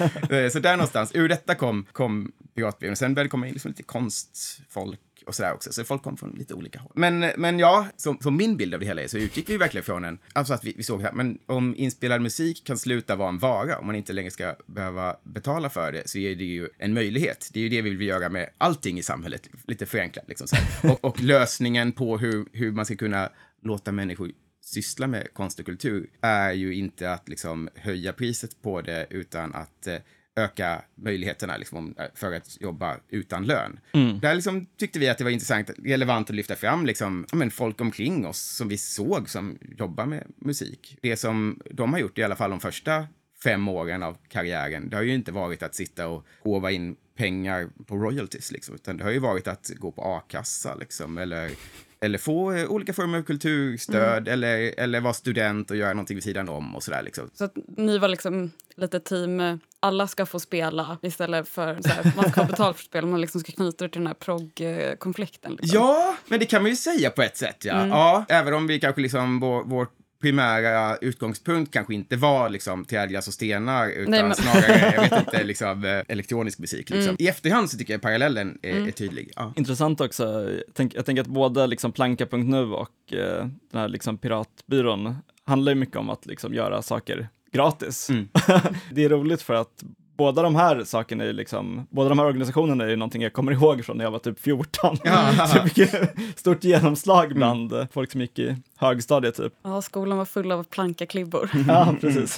Så där någonstans, ur detta kom Piratbyrån. Sen började det komma in liksom lite konstfolk och sådär också. Så folk kom från lite olika håll. Men ja, som min bild av det hela är så utgick vi verkligen från alltså att vi såg här, men om inspelad musik kan sluta vara en vara, om man inte längre ska behöva betala för det, så är det ju en möjlighet. Det är ju det vi vill göra med allting i samhället, lite förenklat liksom så här. Och lösningen på hur man ska kunna låta människor syssla med konst och kultur är ju inte att liksom höja priset på det, utan att öka möjligheterna liksom, för att jobba utan lön. Där liksom, tyckte vi att det var intressant, relevant att lyfta fram liksom, folk omkring oss som vi såg som jobbar med musik. Det som de har gjort i alla fall de första 5 åren av karriären, det har ju inte varit att sitta och håva in pengar på royalties liksom, utan det har ju varit att gå på a-kassa liksom, eller få olika former av kulturstöd eller vara student och göra någonting vid sidan om och sådär liksom. Så att ni var liksom lite team, alla ska få spela istället för så här, man ska ha betalt för spel, man liksom ska knyta det till den här prog-konflikten. Liksom. Ja, men det kan man ju säga på ett sätt, ja. Ja, även om vi kanske liksom vårt primära utgångspunkt kanske inte var liksom teatras och stenar utan snarare, jag vet inte, liksom elektronisk musik. Liksom. I efterhand så tycker jag parallellen är tydlig. Ja. Intressant också. Jag tänker att både liksom Planka.nu och den här liksom Piratbyrån handlar ju mycket om att liksom göra saker gratis. Det är roligt för att båda de här sakerna är liksom, båda de här organisationerna är någonting jag kommer ihåg från när jag var typ 14. Så mycket stort genomslag bland folk som gick i högstadiet typ. Ja, skolan var full av plankaklibbor. Ja, precis.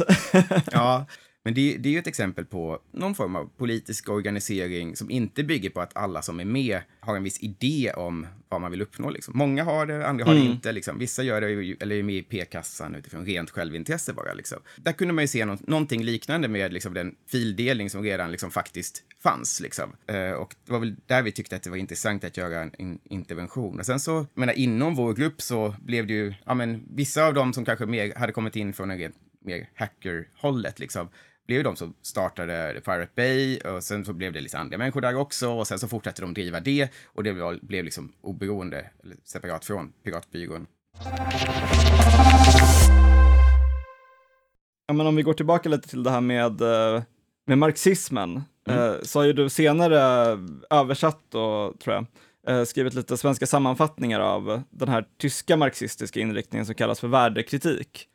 Ja, men det är ju ett exempel på någon form av politisk organisering som inte bygger på att alla som är med har en viss idé om vad man vill uppnå. Liksom. Många har det, andra har det inte. Liksom. Vissa gör det eller är med i p-kassan utifrån rent självintresse bara. Liksom. Där kunde man ju se någonting liknande med liksom, den fildelning som redan liksom, faktiskt fanns. Liksom. Och det var väl där vi tyckte att det var intressant att göra en intervention. Och sen så, inom vår grupp så blev det ju, vissa av dem som kanske mer hade kommit in från en rent mer hacker-hållet liksom, blev de som startade Pirate Bay och sen så blev det lite andra människor där också och sen så fortsatte de driva det och det blev liksom oberoende eller separat från Piratbyrån. Ja, men om vi går tillbaka lite till det här med marxismen så har ju du senare översatt och tror jag skrivit lite svenska sammanfattningar av den här tyska marxistiska inriktningen som kallas för värdekritik.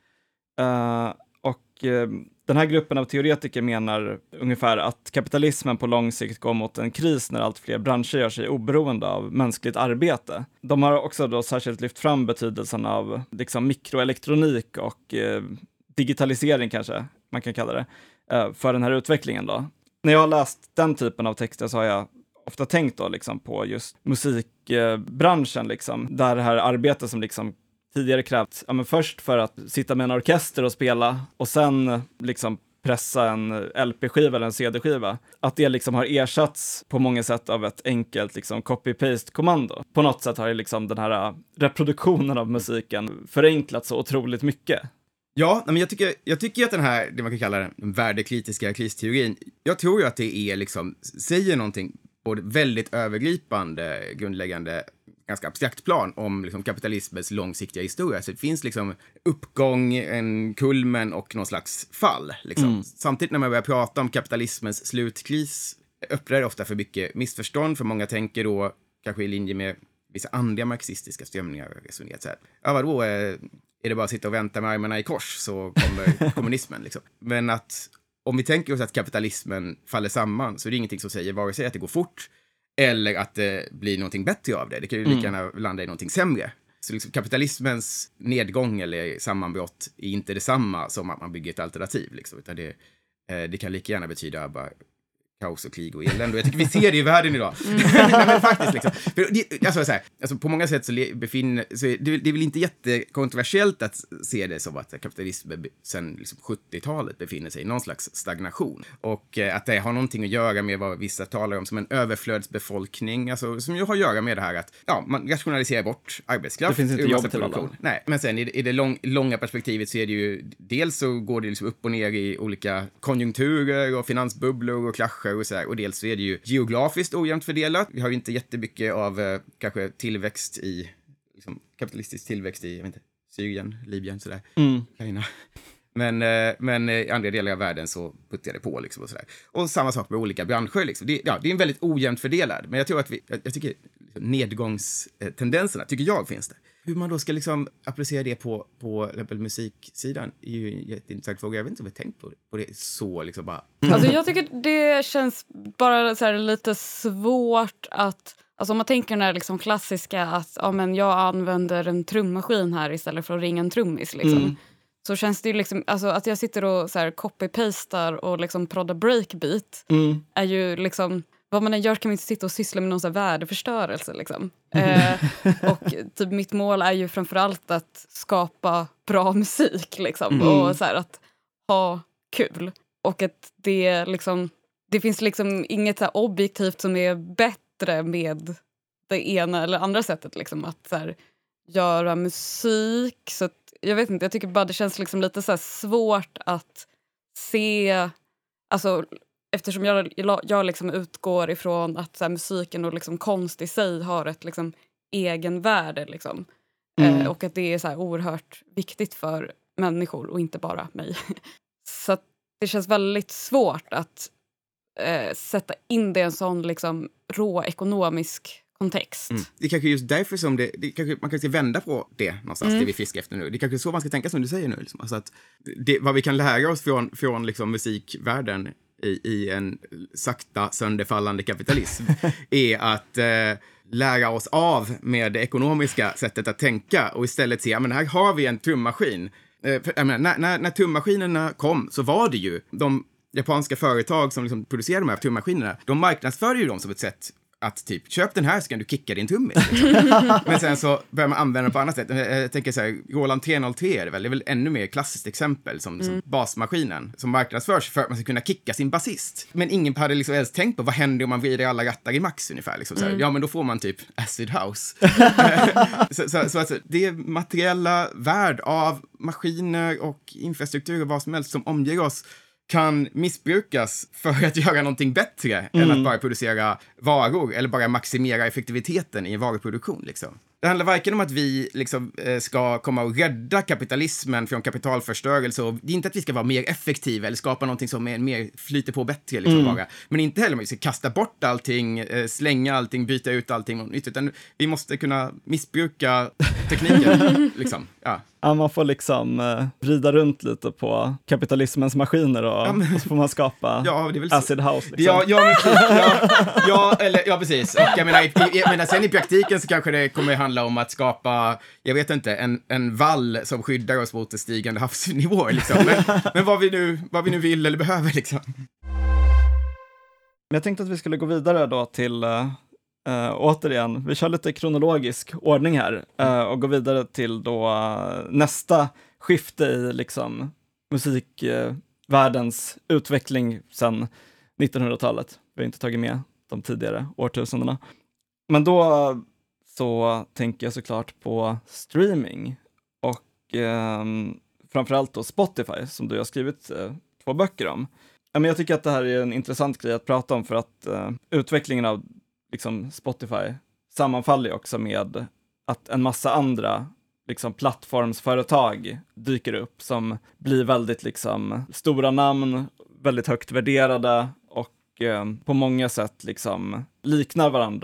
Den här gruppen av teoretiker menar ungefär att kapitalismen på lång sikt går mot en kris när allt fler branscher gör sig oberoende av mänskligt arbete. De har också då särskilt lyft fram betydelsen av liksom mikroelektronik och digitalisering kanske man kan kalla det för den här utvecklingen då. När jag har läst den typen av texter så har jag ofta tänkt då liksom på just musikbranschen liksom, där det här arbetet som liksom tidigare krävt, först för att sitta med en orkester och spela och sen liksom pressa en LP-skiva eller en CD-skiva. Att det liksom har ersatts på många sätt av ett enkelt liksom copy-paste-kommando. På något sätt har ju liksom den här reproduktionen av musiken förenklat så otroligt mycket. Ja, men jag tycker att den här, det man kan kalla den värdekritiska kristeorin, jag tror ju att det är liksom, säger någonting både väldigt övergripande, grundläggande, ganska abstrakt plan om liksom kapitalismens långsiktiga historia. Så det finns liksom uppgång, en kulmen och någon slags fall. Liksom. Samtidigt när man börjar prata om kapitalismens slutkris öppnar det ofta för mycket missförstånd, för många tänker då kanske i linje med vissa andra marxistiska strömningar resonerat så här. Ja, vadå? är det bara att sitta och vänta med armarna i kors så kommer kommunismen liksom. Men att om vi tänker oss att kapitalismen faller samman så är det ingenting som säger vare sig att det går fort eller att det blir någonting bättre av det. Det kan ju lika gärna landa i någonting sämre. Så liksom kapitalismens nedgång eller sammanbrott är inte detsamma som att man bygger ett alternativ. Liksom, utan det kan lika gärna betyda bara kaos och krig och elände. Jag tycker vi ser det i världen idag. Nej, men faktiskt liksom. Alltså, på många sätt så det är väl inte jättekontroversiellt att se det som att kapitalismen sen liksom 70-talet befinner sig i någon slags stagnation. Och att det har någonting att göra med vad vissa talar om som en överflödsbefolkning. Alltså, som ju har att göra med det här att man rationaliserar bort arbetskraft. Det finns inte jobb till alla. Nej, men sen i det långa perspektivet så är det ju dels så går det liksom upp och ner i olika konjunkturer och finansbubblor och krascher och så här. Och dels så är det ju geografiskt ojämnt fördelat. Vi har ju inte jättemycket av kanske tillväxt i, liksom, kapitalistisk tillväxt i, jag vet inte, Syrien, Libyen, sådär. Ukraina. Men i andra delar av världen så puttar det på liksom och sådär. Och samma sak med olika branscher liksom. Det är en väldigt ojämnt fördelad. Men jag tror att jag tycker nedgångstendenserna, tycker jag, finns det. Hur man då ska liksom applicera det på musiksidan är ju en jätteintressant fråga. Jag vet inte om jag tänkt på det så liksom bara. Alltså jag tycker det känns bara så här lite svårt att, alltså om man tänker den här liksom klassiska att jag använder en trummaskin här istället för att ringa en trummis liksom. Så känns det ju liksom, alltså att jag sitter och så här copy-pastar och liksom proddar breakbeat är ju liksom, vad man än gör kan man inte sitta och syssla med någon så här värdeförstörelse liksom. Och typ mitt mål är ju framförallt att skapa bra musik liksom. Och så här att ha kul. Och att det liksom, det finns liksom inget så här objektivt som är bättre med det ena eller andra sättet liksom. Att så här, göra musik. Så att, jag vet inte, jag tycker bara det känns liksom lite så här svårt att se, alltså eftersom jag liksom utgår ifrån att så här, musiken och liksom konst i sig har ett liksom egenvärde liksom. Och att det är så här oerhört viktigt för människor och inte bara mig. Så att det känns väldigt svårt att sätta in det i en sån liksom rå ekonomisk kontext. Det är kanske just därför som man kanske ska vända på det någonstans, det vi fiskar efter nu. Det är kanske så man ska tänka som du säger nu. Liksom. Alltså att vad vi kan lära oss från liksom musikvärlden i en sakta sönderfallande kapitalism är att lära oss av med det ekonomiska sättet att tänka och istället se, men här har vi en trummaskin. När trummaskinerna kom så var det ju de japanska företag som liksom producerade de här trummaskinerna, de marknadsförde ju dem som ett sätt att typ, köp den här så kan du kicka din trummis. Liksom. Men sen så börjar man använda den på annat sätt. Jag tänker så här, Roland 303 är det väl ännu mer klassiskt exempel som liksom basmaskinen som marknadsförs för att man ska kunna kicka sin basist. Men ingen hade liksom ens tänkt på vad händer om man vrider alla rattar i max ungefär. Liksom, så här. Ja, men då får man typ acid house. så alltså, det är materiella värld av maskiner och infrastruktur och vad som helst som omger oss kan missbrukas för att göra någonting bättre än att bara producera varor eller bara maximera effektiviteten i en varuproduktion. Liksom. Det handlar varken om att vi liksom, ska komma och rädda kapitalismen från kapitalförstörelse. Och det är inte att vi ska vara mer effektiva eller skapa någonting som är mer flyter på bättre. Liksom, bara. Men inte heller om vi ska kasta bort allting, slänga allting, byta ut allting. Utan vi måste kunna missbruka tekniken. Liksom. Ja. Ja, man får liksom vrida runt lite på kapitalismens maskiner och så får man skapa acid house. Liksom. Ja, precis. Och jag menar, sen i praktiken så kanske det kommer handla om att skapa, jag vet inte, en vall som skyddar oss mot stigande havsnivåer. Liksom. Men vad vi nu vill eller behöver. Liksom. Men jag tänkte att vi skulle gå vidare då till återigen, vi kör lite kronologisk ordning här och går vidare till då nästa skifte i liksom musikvärldens utveckling sedan 1900-talet. Vi har inte tagit med de tidigare årtusendena. Men då så tänker jag såklart på streaming och framförallt då Spotify som du har skrivit 2 böcker om. Men jag tycker att det här är en intressant grej att prata om för att utvecklingen av liksom Spotify sammanfaller också med att en massa andra liksom plattformsföretag dyker upp som blir väldigt liksom stora namn, väldigt högt värderade och på många sätt liksom liknar varandra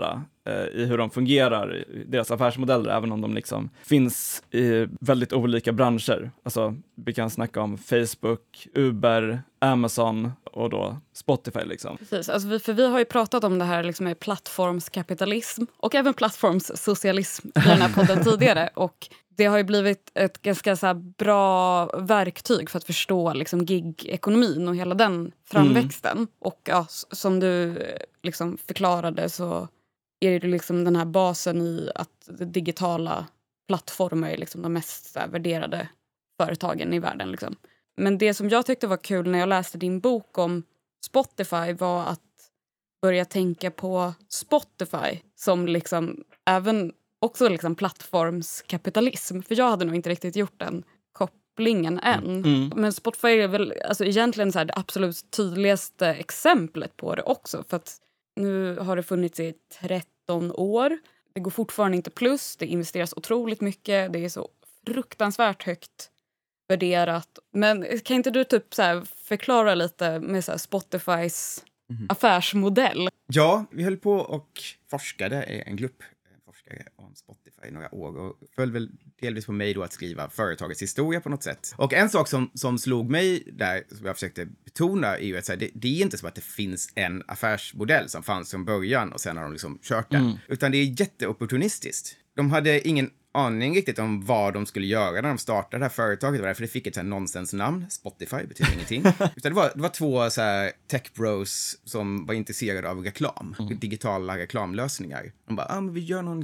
i hur de fungerar, deras affärsmodeller, även om de liksom finns i väldigt olika branscher. Alltså, vi kan snacka om Facebook, Uber, Amazon och då Spotify liksom. Precis, alltså för vi har ju pratat om det här liksom med plattformskapitalism och även plattformssocialism i den här podden tidigare, och det har ju blivit ett ganska så här bra verktyg för att förstå liksom gig-ekonomin och hela den framväxten. Och ja, som du liksom förklarade så är det liksom den här basen i att digitala plattformar är liksom de mest så här värderade företagen i världen. Liksom. Men det som jag tyckte var kul när jag läste din bok om Spotify var att börja tänka på Spotify som liksom även också liksom plattformskapitalism. För jag hade nog inte riktigt gjort den kopplingen än. Men Spotify är väl alltså egentligen så här det absolut tydligaste exemplet på det också. För att nu har det funnits i 13 år. Det går fortfarande inte plus. Det investeras otroligt mycket. Det är så fruktansvärt högt värderat. Men kan inte du typ så här förklara lite med så här Spotifys affärsmodell? Ja, vi höll på och forskade i en grupp forskare om Spotify i några år och föll väl delvis på mig då att skriva företagets historia på något sätt. Och en sak som slog mig där, som jag försökte betona, är ju att så här, det är inte så att det finns en affärsmodell som fanns från början och sen har de liksom kört den. Utan det är jätteopportunistiskt. De hade ingen aning riktigt om vad de skulle göra när de startade det här företaget. Det var därför det fick ett så här nonsensnamn. Spotify betyder ingenting. Utan det var två så här tech bros som var intresserade av reklam. Digitala reklamlösningar. De bara, men vi gör någon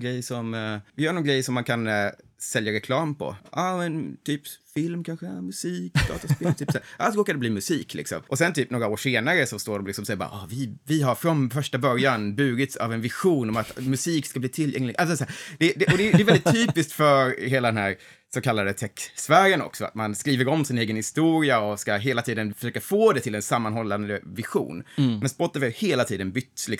grej som man kan sälja reklam på. Men typ film kanske, musik, dataspel, typ så här. Så råkade det bli musik liksom. Och sen typ några år senare så står de liksom och säger bara, vi har från första början burits av en vision om att musik ska bli tillgänglig. Alltså så här, det är väldigt typiskt för hela den här så kallade tech-sfären också. Att man skriver om sin egen historia och ska hela tiden försöka få det till en sammanhållande vision. Men Spotify har hela tiden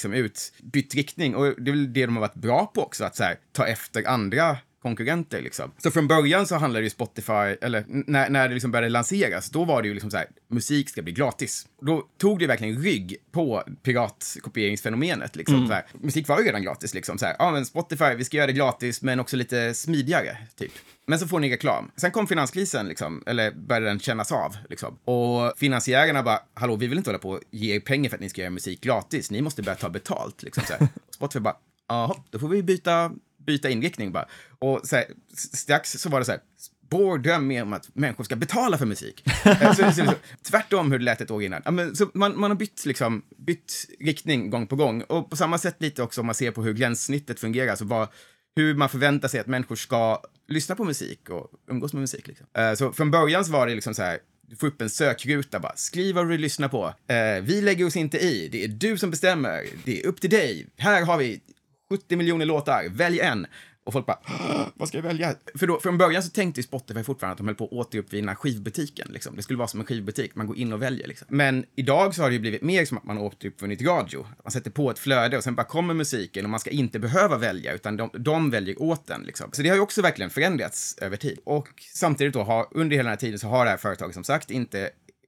bytt riktning. Och det är väl det de har varit bra på också, att så här, ta efter andra konkurrenter liksom. Så från början så handlade ju Spotify, eller när det liksom började lanseras, då var det ju liksom så här, musik ska bli gratis. Då tog det verkligen rygg på piratkopieringsfenomenet liksom. Så här, musik var ju redan gratis liksom. Så här, men Spotify, vi ska göra det gratis men också lite smidigare typ. Men så får ni reklam. Sen kom finanskrisen liksom, eller började den kännas av liksom. Och finansiärerna bara, hallå, vi vill inte hålla på och ge er pengar för att ni ska göra musik gratis. Ni måste börja ta betalt liksom så här. Spotify bara, då får vi byta inriktning bara. Och så här, strax så var det så här, vår dröm är om att människor ska betala för musik. så, tvärtom hur det lät ett år innan. Men, så man har bytt riktning gång på gång. Och på samma sätt lite också om man ser på hur gränssnittet fungerar. Alltså hur man förväntar sig att människor ska lyssna på musik och umgås med musik. Liksom. Så från början så var det liksom så här, du får upp en sökruta bara, skriv vad du vill lyssna på. Vi lägger oss inte i, det är du som bestämmer. Det är upp till dig. Här har vi 70 miljoner låtar, välj en. Och folk bara, vad ska jag välja? För då, från början så tänkte ju Spotify fortfarande att de höll på att återuppvinna skivbutiken. Liksom. Det skulle vara som en skivbutik, man går in och väljer. Liksom. Men idag så har det ju blivit mer som att man har återuppvunnit radio. Man sätter på ett flöde och sen bara kommer musiken och man ska inte behöva välja, utan de väljer åt den. Liksom. Så det har ju också verkligen förändrats över tid. Och samtidigt då, under hela den här tiden så har det här företaget som sagt inte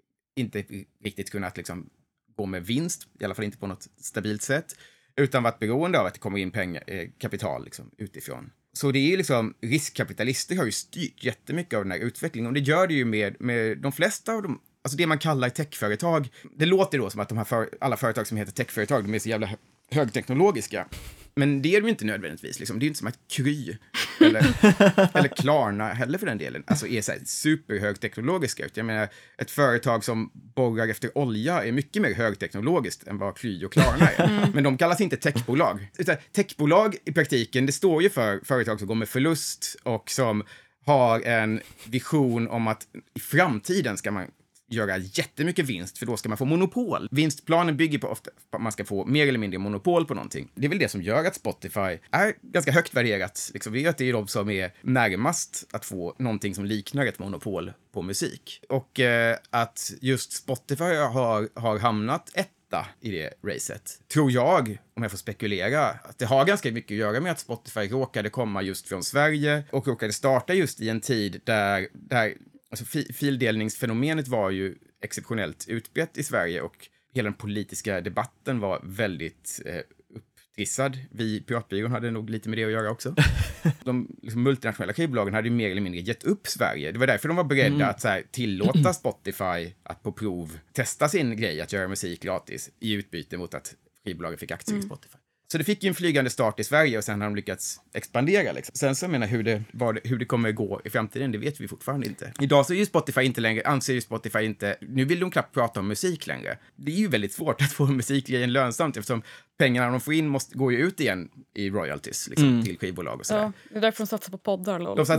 riktigt kunnat liksom gå med vinst, i alla fall inte på något stabilt sätt. Utan varit beroende av att det kommer in kapital liksom, utifrån. Så det är ju liksom, riskkapitalister har ju styrt jättemycket av den här utvecklingen. Och det gör det ju med de flesta av dem, alltså det man kallar techföretag. Det låter då som att alla företag som heter techföretag, de är så jävla högteknologiska. Men det är de ju inte nödvändigtvis. Liksom. Det är ju inte som att Kry eller Klarna heller för den delen. Alltså är så här superhögteknologiska. Jag menar, ett företag som borrar efter olja är mycket mer högteknologiskt än vad Kry och Klarna är. Men de kallas inte techbolag. Utan techbolag i praktiken, det står ju för företag som går med förlust och som har en vision om att i framtiden ska man göra jättemycket vinst, för då ska man få monopol. Vinstplanen bygger på ofta att man ska få mer eller mindre monopol på någonting. Det är väl det som gör att Spotify är ganska högt värderat. Liksom, vi vet att det är de som är närmast att få någonting som liknar ett monopol på musik. Och att just Spotify har hamnat etta i det racet. Tror jag, om jag får spekulera, att det har ganska mycket att göra med att Spotify råkade komma just från Sverige och råkade starta just i en tid där alltså fildelningsfenomenet var ju exceptionellt utbrett i Sverige och hela den politiska debatten var väldigt trissad. Vi Piratbyrån hade nog lite med det att göra också. De liksom, multinationella skivbolagen hade ju mer eller mindre gett upp Sverige. Det var därför de var beredda att så här, tillåta Spotify att på prov testa sin grej att göra musik gratis i utbyte mot att skivbolagen fick aktier i Spotify. Så det fick ju en flygande start i Sverige och sen har de lyckats expandera. Liksom. Sen så menar hur det kommer att gå i framtiden, det vet vi fortfarande inte. Idag så är ju Spotify inte längre, anser ju Spotify inte, nu vill de knappt prata om musik längre. Det är ju väldigt svårt att få musikgrejen lönsamt eftersom pengarna de får in går ju ut igen i royalties liksom, till skivbolag och sådär. Ja, det är därför de satsar på poddar.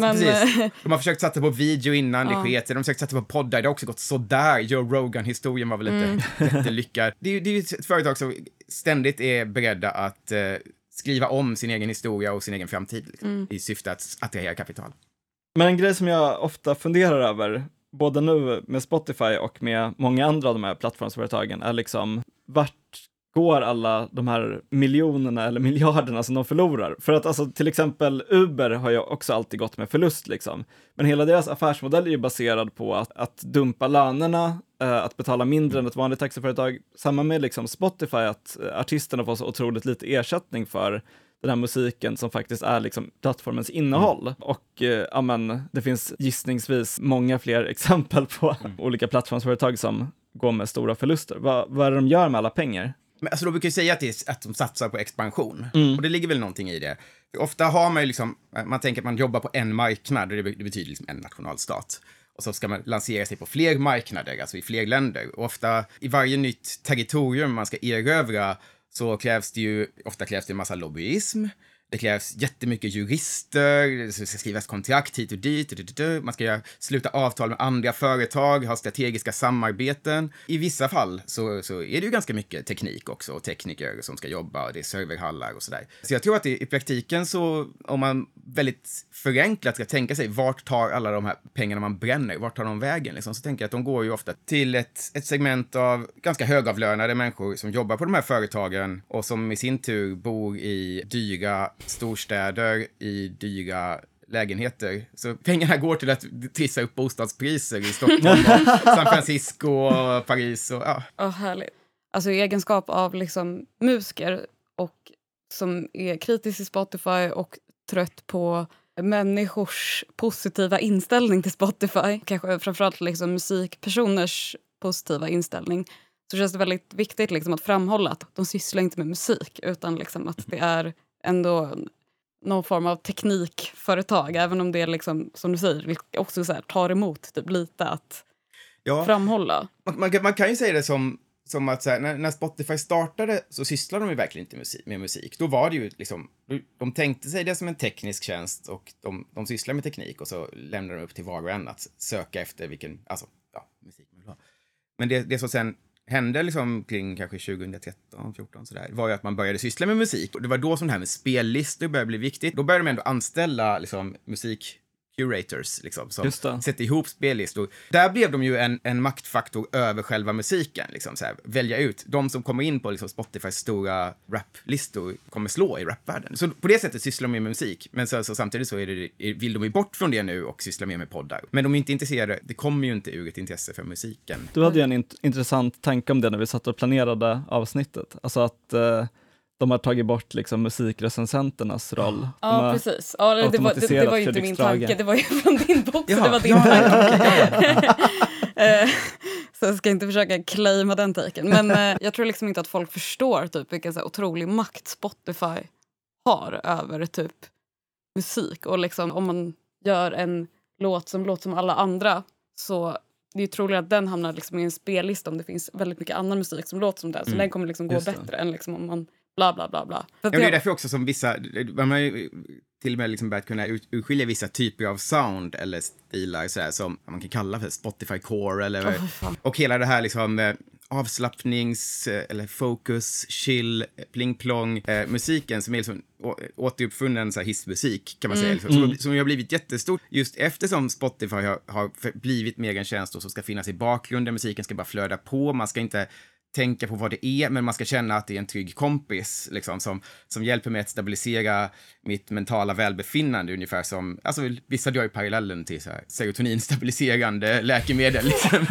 De har försökt satsa på video innan det sket. De har försökt satsa på poddar. Det har också gått sådär. Joe Rogan-historien var väl inte jättelyckad. Det är ju ett företag som ständigt är beredda att skriva om sin egen historia och sin egen framtid liksom, i syfte att attrahera kapital. Men en grej som jag ofta funderar över, både nu med Spotify och med många andra av de här plattformsföretagen, är liksom vart går alla de här miljonerna eller miljarderna som de förlorar? För att alltså, till exempel Uber har ju också alltid gått med förlust liksom. Men hela deras affärsmodell är ju baserad på att dumpa lönerna, att betala mindre än ett vanligt taxiföretag. Samma med liksom Spotify, att artisterna får så otroligt lite ersättning för den här musiken som faktiskt är liksom plattformens innehåll. Och det finns gissningsvis många fler exempel på olika plattformsföretag som går med stora förluster. Vad är det de gör med alla pengar? Men alltså, de brukar ju säga att de satsar på expansion. Och det ligger väl någonting i det. För ofta har man ju liksom, man tänker att man jobbar på en marknad och det betyder liksom en nationalstat. Och så ska man lansera sig på fler marknader, alltså i fler länder. Och ofta i varje nytt territorium man ska erövra så krävs det en massa lobbyism. Det krävs jättemycket jurister, det ska skrivas kontrakt hit och dit. Man ska sluta avtal med andra företag, ha strategiska samarbeten. I vissa fall så är det ju ganska mycket teknik också och tekniker som ska jobba och det är serverhallar och sådär. Så jag tror att i praktiken så, om man väldigt förenklat ska tänka sig vart tar alla de här pengarna man bränner, vart tar de vägen liksom, så tänker jag att de går ju ofta till ett segment av ganska högavlönade människor som jobbar på de här företagen och som i sin tur bor i dyra storstäder i dyra lägenheter. Så pengarna går till att trissa upp bostadspriser i Stockholm, San Francisco, Paris och ja. Härligt. Alltså i egenskap av liksom musiker och som är kritisk till Spotify och trött på människors positiva inställning till Spotify, kanske framförallt liksom musikpersoners positiva inställning, så känns det väldigt viktigt liksom att framhålla att de sysslar inte med musik utan liksom att det är ändå någon form av teknikföretag, även om det är liksom, som du säger, också så här, tar emot typ lite att framhålla. Man kan ju säga det som att så här, när Spotify startade så sysslade de ju verkligen inte med musik. Då var det ju liksom, de tänkte sig det som en teknisk tjänst och de sysslar med teknik och så lämnar de upp till var och en att söka efter vilken, alltså, musik man vill ha. Men det som sen hände liksom kring kanske 2013-14 sådär, var ju att man började syssla med musik. Och det var då som det här med spellistor började bli viktigt. Då började de ändå anställa liksom musikcurators liksom, som sätter ihop spellistor. Där blev de ju en maktfaktor över själva musiken. Liksom, så här, välja ut. De som kommer in på liksom, Spotifys stora raplistor kommer slå i rapvärlden. Så på det sättet sysslar de med musik. Men så samtidigt så vill de ju bort från det nu och syssla med poddar. Men de är inte intresserade. Det kommer ju inte ur ett intresse för musiken. Du hade ju en intressant tanke om det när vi satt och planerade avsnittet. Alltså att de har tagit bort liksom musikrecensenternas roll. Ja, precis. Ja, det var ju inte min tanke. Det var ju från din bok, så det var din tanke. Så jag ska inte försöka claima den taken. Men jag tror liksom inte att folk förstår typ vilken så här otrolig makt Spotify har över typ musik. Och liksom om man gör en låt som alla andra, så det är ju troligt att den hamnar liksom i en spellista om det finns väldigt mycket annan musik som låter som den. Så den kommer liksom gå bättre än liksom om man bla bla bla bla. Ja, det är därför också som vissa, man har ju till och med liksom börjat kunna urskilja vissa typer av sound eller stilar så här, som man kan kalla för Spotify Core eller och hela det här liksom avslappnings eller focus, chill, pling-plong musiken som är liksom återuppfunnen så här hissmusik kan man säga liksom, som har blivit jättestort just eftersom Spotify har blivit mer en tjänst och som ska finnas i bakgrunden, musiken ska bara flöda på, man ska inte tänka på vad det är, men man ska känna att det är en trygg kompis liksom, som hjälper mig att stabilisera mitt mentala välbefinnande, ungefär som, alltså vissa drar ju parallellen till så här, serotoninstabiliserande läkemedel liksom.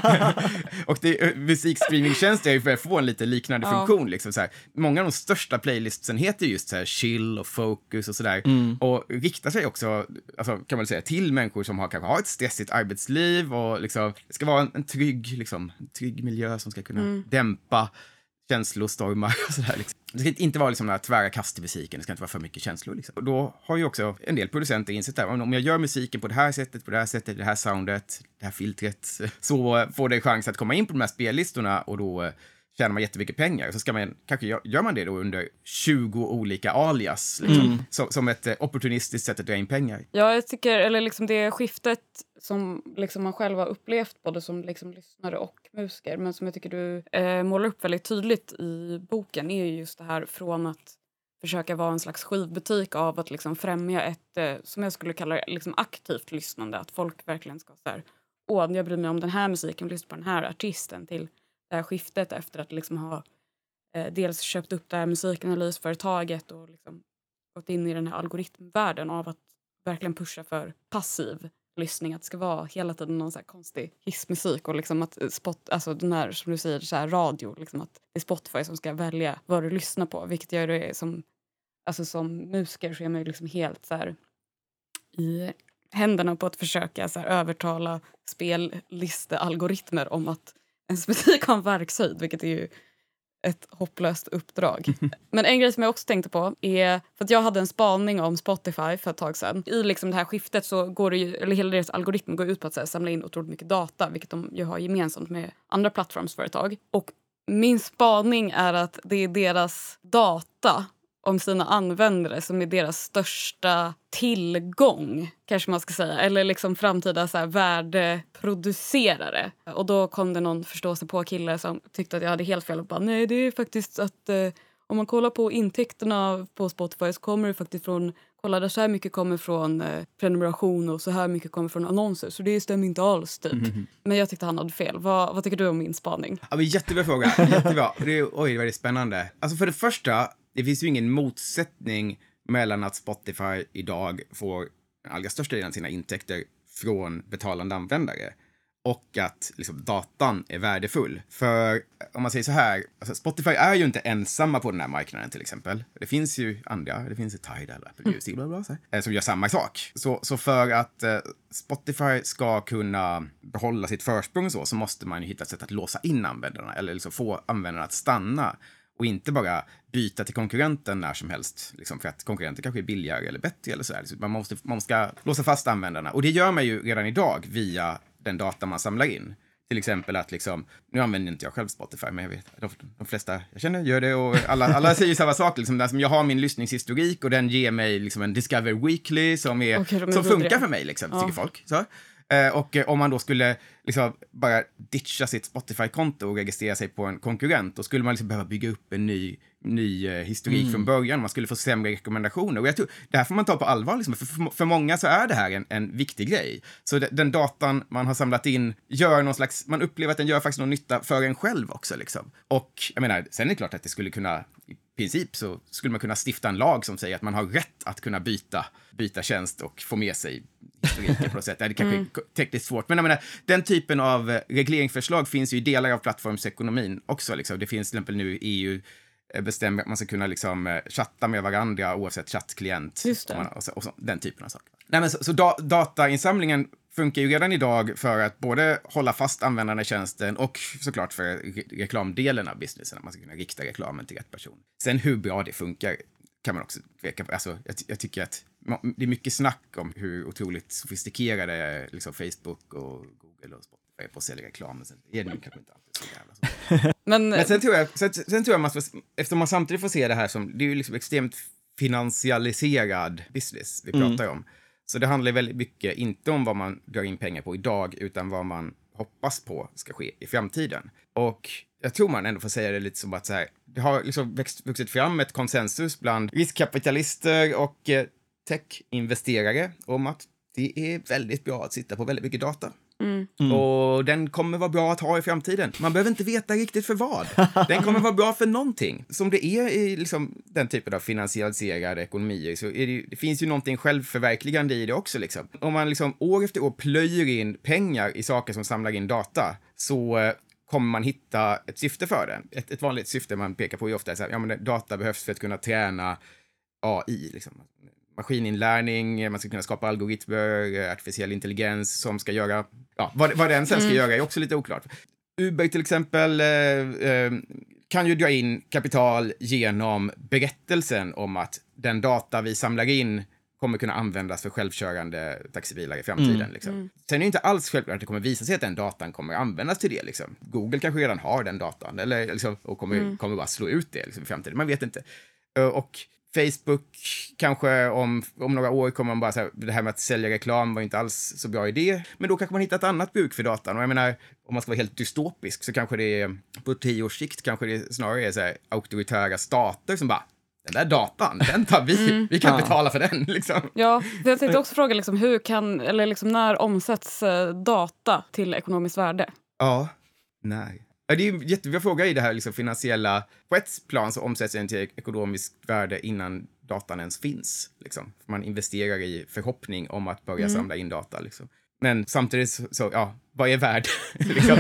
Och musikstreamingtjänster är ju för att få en lite liknande funktion liksom, så här. Många av de största playlistsen heter just så här chill och focus och sådär, och riktar sig också, alltså, kan man säga, till människor som kanske har ett stressigt arbetsliv, och liksom, det ska vara en trygg miljö som ska kunna dämpa känslostormar och sådär. Liksom. Det ska inte vara liksom några tvära kast i musiken, det ska inte vara för mycket känslor. Liksom. Och då har ju också en del producenter insett där, om jag gör musiken på det här sättet, det här soundet, det här filtret, så får det chans att komma in på de här spellistorna, och då tjänar man jättemycket pengar. Så ska man, kanske gör man det då under 20 olika alias, liksom, som ett opportunistiskt sätt att dra in pengar. Ja, jag tycker, eller liksom det skiftet som liksom man själv har upplevt både som liksom lyssnare och musiker, men som jag tycker du målar upp väldigt tydligt i boken, är ju just det här från att försöka vara en slags skivbutik av att liksom främja ett, som jag skulle kalla det, liksom aktivt lyssnande. Att folk verkligen ska så här, jag bryr mig om den här musiken, lyssna på den här artisten, till det här skiftet efter att liksom ha dels köpt upp det här musikanalysföretaget och liksom gått in i den här algoritmvärlden av att verkligen pusha för passiv lyssning, att det ska vara hela tiden någon så här konstig hissmusik, och liksom att alltså den här, som du säger, så här radio, liksom att det är Spotify som ska välja vad du lyssnar på, vilket gör det som musiker så är man ju liksom helt så här i händerna på att försöka så här övertala spellistealgoritmer om att ens musik har en verkshöjd, vilket är ju ett hopplöst uppdrag. Men en grej som jag också tänkte på är, för att jag hade en spaning om Spotify för ett tag sedan. I liksom det här skiftet så går det ju, eller hela deras algoritm går ut på att så här, samla in otroligt mycket data, vilket de ju har gemensamt med andra plattformsföretag. Och min spaning är att det är deras data om sina användare som är deras största tillgång, kanske man ska säga, eller liksom framtida så här värdeproducerare. Och då kom det någon förståsigpå-kille som tyckte att jag hade helt fel och bara, nej, det är faktiskt att om man kollar på intäkterna på Spotify så kommer det faktiskt från, kolla där, så här mycket kommer från prenumeration och så här mycket kommer från annonser, så det stämmer inte alls typ. Men jag tyckte han hade fel. Vad tycker du om min spaning? Ja, men jättebra fråga, jättebra. Oj, det var spännande. Alltså för det första, det finns ju ingen motsättning mellan att Spotify idag får den allra största delen av sina intäkter från betalande användare och att liksom, datan är värdefull. För om man säger så här, alltså, Spotify är ju inte ensamma på den här marknaden till exempel. Det finns ju andra, det finns Tidal, Apple Music, bla bla, som gör samma sak. Så för att Spotify ska kunna behålla sitt försprång så måste man ju hitta ett sätt att låsa in användarna, eller liksom få användarna att stanna. Och inte bara byta till konkurrenten när som helst. Liksom, för att konkurrenter kanske är billigare eller bättre eller sådär. Så man ska låsa fast användarna. Och det gör man ju redan idag via den data man samlar in. Till exempel att liksom, nu använder inte jag själv Spotify, men jag vet de flesta jag känner gör det, och alla säger ju samma sak. Liksom, där som jag har min lyssningshistorik och den ger mig liksom en Discover Weekly som funkar för mig, liksom, tycker folk. Så. Och om man då skulle liksom bara ditcha sitt Spotify-konto och registrera sig på en konkurrent, då skulle man liksom behöva bygga upp en ny historik från början. Man skulle få sämre rekommendationer. Och jag tror, det här får man ta på allvar. Liksom. För många så är det här en viktig grej. Så den datan man har samlat in gör någon slags, man upplever att den gör faktiskt någon nytta för en själv också. Liksom. Och jag menar, sen är det klart att det skulle kunna, i princip så skulle man kunna stifta en lag som säger att man har rätt att kunna byta tjänst och få med sig historiken på något sätt. Det är kanske tekniskt svårt. Men jag menar, den typen av regleringsförslag finns ju i delar av plattformsekonomin också. Liksom. Det finns till exempel nu EU bestämmer att man ska kunna liksom chatta med varandra oavsett chattklient. Just det. Och den typen av saker. Nej, men så datainsamlingen funkar ju redan idag för att både hålla fast användarna i tjänsten och såklart för reklamdelen av businessen, att man ska kunna rikta reklamen till rätt person. Sen hur bra det funkar kan man också tveka på. Alltså, jag tycker att det är mycket snack om hur otroligt sofistikerade liksom Facebook och Google och Spotify är på att sälja reklam. Sen är det kanske inte alltid så jävla så. Men sen tror jag man ska, eftersom man samtidigt får se det här som, det är ju liksom extremt finansialiserad business vi pratar om. Så det handlar väldigt mycket, inte om vad man drar in pengar på idag, utan vad man hoppas på ska ske i framtiden. Och jag tror man ändå får säga det lite som att så här, det har liksom vuxit fram ett konsensus bland riskkapitalister och tech-investerare om att det är väldigt bra att sitta på väldigt mycket data. Och den kommer vara bra att ha i framtiden. Man behöver inte veta riktigt för vad. Den kommer vara bra för någonting. Som det är i liksom den typen av finansialiserade ekonomier så det finns ju någonting självförverkligande i det också. Liksom. Om man liksom år efter år plöjer in pengar i saker som samlar in data så kommer man hitta ett syfte för den. Ett vanligt syfte man pekar på är ofta så här, men data behövs för att kunna träna AI. Liksom. Maskininlärning, man ska kunna skapa algoritmer, artificiell intelligens som ska göra, vad den sen ska göra är också lite oklart. Uber till exempel kan ju dra in kapital genom berättelsen om att den data vi samlar in kommer kunna användas för självkörande taxibilar i framtiden. Liksom. Sen är det inte alls självklart att det kommer visa sig att den datan kommer användas till det. Liksom. Google kanske redan har den datan eller, liksom, och kommer bara slå ut det liksom, i framtiden. Man vet inte. Och Facebook kanske om några år kommer man bara säga det här med att sälja reklam var inte alls så bra idé. Men då kanske man hittar ett annat bruk för datan. Och jag menar, om man ska vara helt dystopisk så kanske det är på 10 års sikt kanske det snarare är så här auktoritära stater som bara den där datan, den tar vi kan betala för den. Liksom. Ja, jag tänkte också fråga liksom, när omsätts data till ekonomiskt värde? Ja, nej. Ja, det är en jättebra fråga i det här liksom, finansiella. På ett plan så omsätts den till ekonomiskt värde innan datan ens finns. Liksom. Man investerar i förhoppning om att börja samla in data. Liksom. Men samtidigt så vad är värde? Liksom,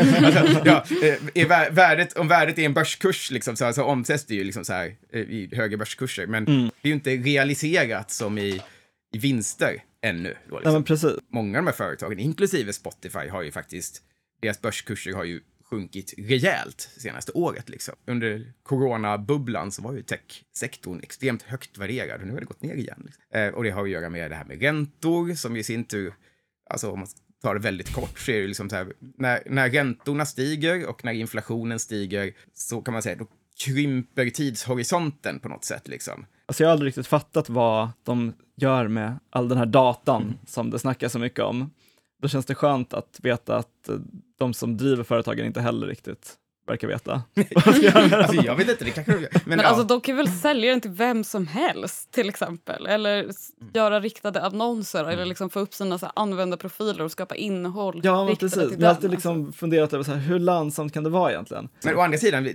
är värdet, om värdet är en börskurs liksom, så omsätts det ju liksom, så här, i högre börskurser. Men det är ju inte realiserat som i vinster ännu. Då, liksom. Ja, men precis. Många av de här företagen, inklusive Spotify, har ju faktiskt, deras börskurser har ju sjunkit rejält senaste året. Liksom. Under coronabubblan så var ju techsektorn extremt högt värderad och nu har det gått ner igen. Liksom. Och det har att göra med det här med räntor som i sin tur, alltså om man tar det väldigt kort så är det liksom så här, när räntorna stiger och när inflationen stiger så kan man säga då krymper tidshorisonten på något sätt liksom. Alltså jag har aldrig riktigt fattat vad de gör med all den här datan som det snackas så mycket om. Då känns det skönt att veta att de som driver företagen inte heller riktigt verkar veta. Alltså jag vet inte, det kanske... Men alltså de kan väl sälja den till vem som helst till exempel. Eller göra riktade annonser eller liksom få upp sina så här, användarprofiler och skapa innehåll. Ja, men precis. Men jag har alltid liksom funderat över så här, hur lönsamt kan det vara egentligen? Men å andra sidan,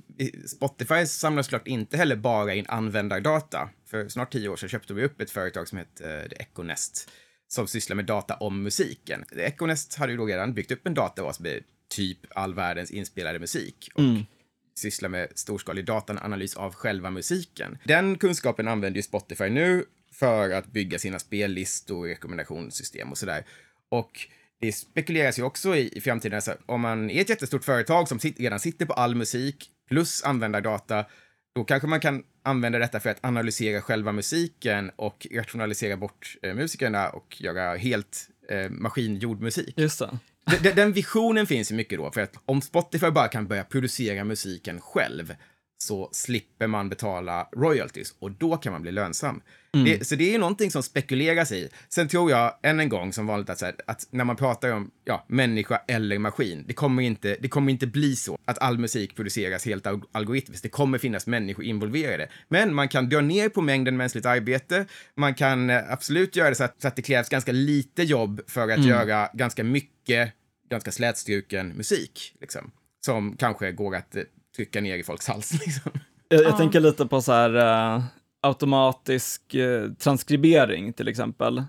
Spotify samlar såklart inte heller bara in användardata. För snart 10 år sedan köpte vi upp ett företag som heter The Econest som sysslar med data om musiken. Econest hade ju då redan byggt upp en databas med typ all världens inspelade musik och sysslar med storskalig dataanalys av själva musiken. Den kunskapen använder ju Spotify nu för att bygga sina spellistor, rekommendationssystem och sådär. Och det spekuleras ju också i framtiden, alltså, om man är ett jättestort företag som redan sitter på all musik plus använder data, då kanske man kan använda detta för att analysera själva musiken och rationalisera bort musikerna och göra helt maskingjord musik. Just det. Den visionen finns ju mycket då, för att om Spotify bara kan börja producera musiken själv så slipper man betala royalties och då kan man bli lönsam. Så det är ju någonting som spekuleras i. Sen tror jag än en gång som vanligt att när man pratar om människa eller maskin, det kommer inte bli så att all musik produceras helt algoritmiskt. Det kommer finnas människor involverade. Men man kan dra ner på mängden mänskligt arbete. Man kan absolut göra det så att det krävs ganska lite jobb för att göra ganska mycket, ganska slätstruken musik. Liksom, som kanske går att trycka ner i folks hals. Liksom. Jag tänker lite på så här automatisk transkribering till exempel.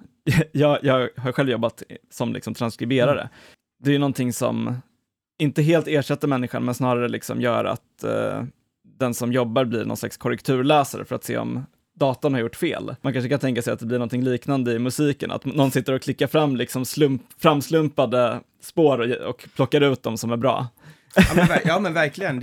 Jag har själv jobbat som liksom transkriberare. Det är ju någonting som inte helt ersätter människan men snarare liksom gör att den som jobbar blir någon slags korrekturläsare för att se om datorn har gjort fel. Man kanske kan tänka sig att det blir någonting liknande i musiken, att någon sitter och klickar fram liksom framslumpade spår och plockar ut dem som är bra. Ja, men verkligen.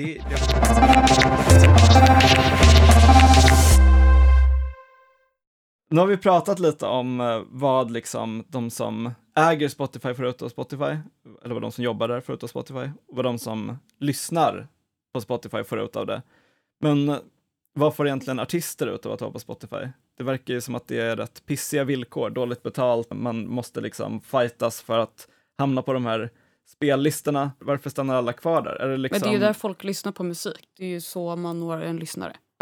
Nu har vi pratat lite om vad liksom de som äger Spotify får ut av Spotify, eller vad de som jobbar där får ut av Spotify, och vad de som lyssnar på Spotify får ut av det. Men vad får egentligen artister ut av att vara på Spotify? Det verkar ju som att det är rätt pissiga villkor, dåligt betalt. Man måste liksom fightas för att hamna på de här spellistorna. Varför stannar alla kvar där? Är det liksom... Men det är ju där folk lyssnar på musik. Det är ju så man når en lyssnare. Ja,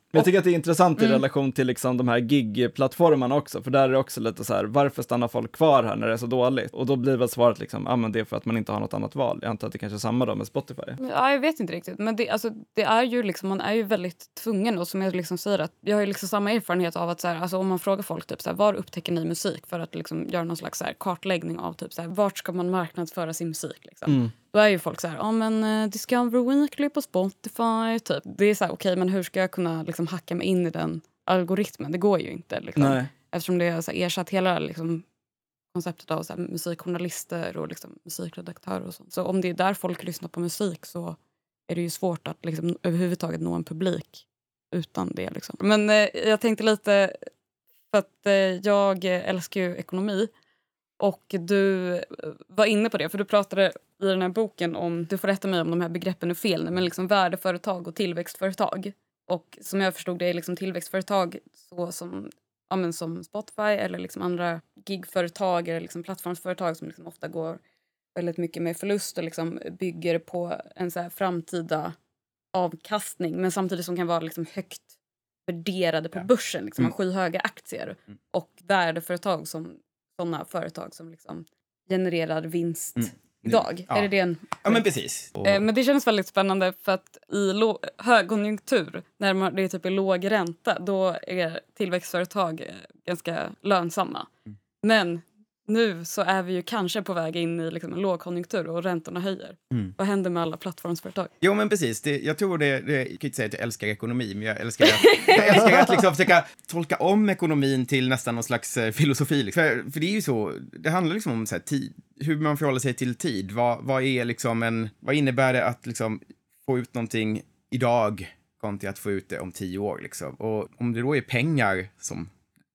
Men jag tycker att det är intressant i relation till liksom de här gig-plattformarna också, för där är det också lite så här, varför stannar folk kvar här när det är så dåligt? Och då blir väl svaret liksom, men det är för att man inte har något annat val. Jag antar att det kanske är samma då med Spotify. Ja, jag vet inte riktigt, men det är ju liksom, man är ju väldigt tvungen, och som jag liksom säger, att jag har ju liksom samma erfarenhet av att så här, alltså om man frågar folk typ så här, var upptäcker ni musik, för att liksom göra någon slags så här kartläggning av typ så här, vart ska man marknadsföra sin musik liksom. Då är ju folk så här, men Discover Weekly på Spotify typ. Det är så här, okej, men hur ska jag kunna liksom hacka mig in i den algoritmen? Det går ju inte liksom. Nej. Eftersom det har så här ersatt hela liksom konceptet av så här musikjournalister och liksom musikredaktörer och sånt. Så om det är där folk lyssnar på musik, så är det ju svårt att liksom överhuvudtaget nå en publik utan det liksom. Men jag tänkte lite, för att jag älskar ju ekonomi, och du var inne på det, för du pratade i den här boken om, du får rätta mig om de här begreppen är fel, men liksom värdeföretag och tillväxtföretag. Och som jag förstod det är liksom tillväxtföretag så som, men som Spotify eller liksom andra gigföretag eller liksom plattformsföretag som liksom ofta går väldigt mycket med förlust och liksom bygger på en så här framtida avkastning, men samtidigt som kan vara liksom högt värderade på börsen, liksom har skyhöga aktier, och värdeföretag som sådana företag som liksom genererar vinst idag. Är det en... Ja, men precis. Men det känns väldigt spännande, för att i högkonjunktur, när det är typ låg ränta, då är tillväxtföretag ganska lönsamma. Men nu så är vi ju kanske på väg in i liksom en lågkonjunktur och räntorna höjer. Vad händer med alla plattformsföretag? Jo, men precis. Jag tror jag kan inte säga att jag älskar ekonomi, men jag älskar att liksom försöka tolka om ekonomin till nästan någon slags filosofi. Liksom. För det är ju så, det handlar liksom om så här, tid, hur man förhåller sig till tid. Vad är liksom vad innebär det att liksom få ut någonting idag kontra att få ut det om 10 år? Liksom. Och om det då är pengar som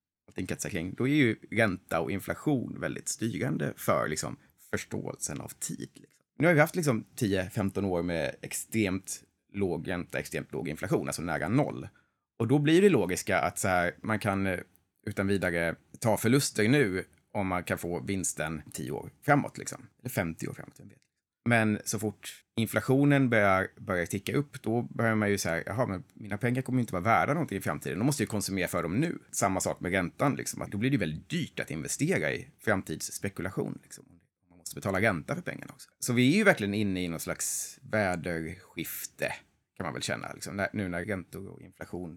då är ju ränta och inflation väldigt styrande för liksom förståelsen av tid. Liksom. Nu har vi haft liksom 10-15 år med extremt låg ränta, extremt låg inflation, alltså nära noll. Och då blir det logiska att så här, man kan utan vidare ta förluster nu om man kan få vinsten 10 år framåt. Liksom. Eller 50 år framåt, jag vet. Men så fort inflationen börjar ticka upp, då börjar man ju så här, jaha, men mina pengar kommer inte vara värda någonting i framtiden. Då måste jag konsumera för dem nu. Samma sak med räntan, liksom. Att då blir det väldigt dyrt att investera i framtidsspekulation. Liksom. Man måste betala ränta för pengarna också. Så vi är ju verkligen inne i någon slags väderskifte, kan man väl känna. Liksom, nu när räntor och inflation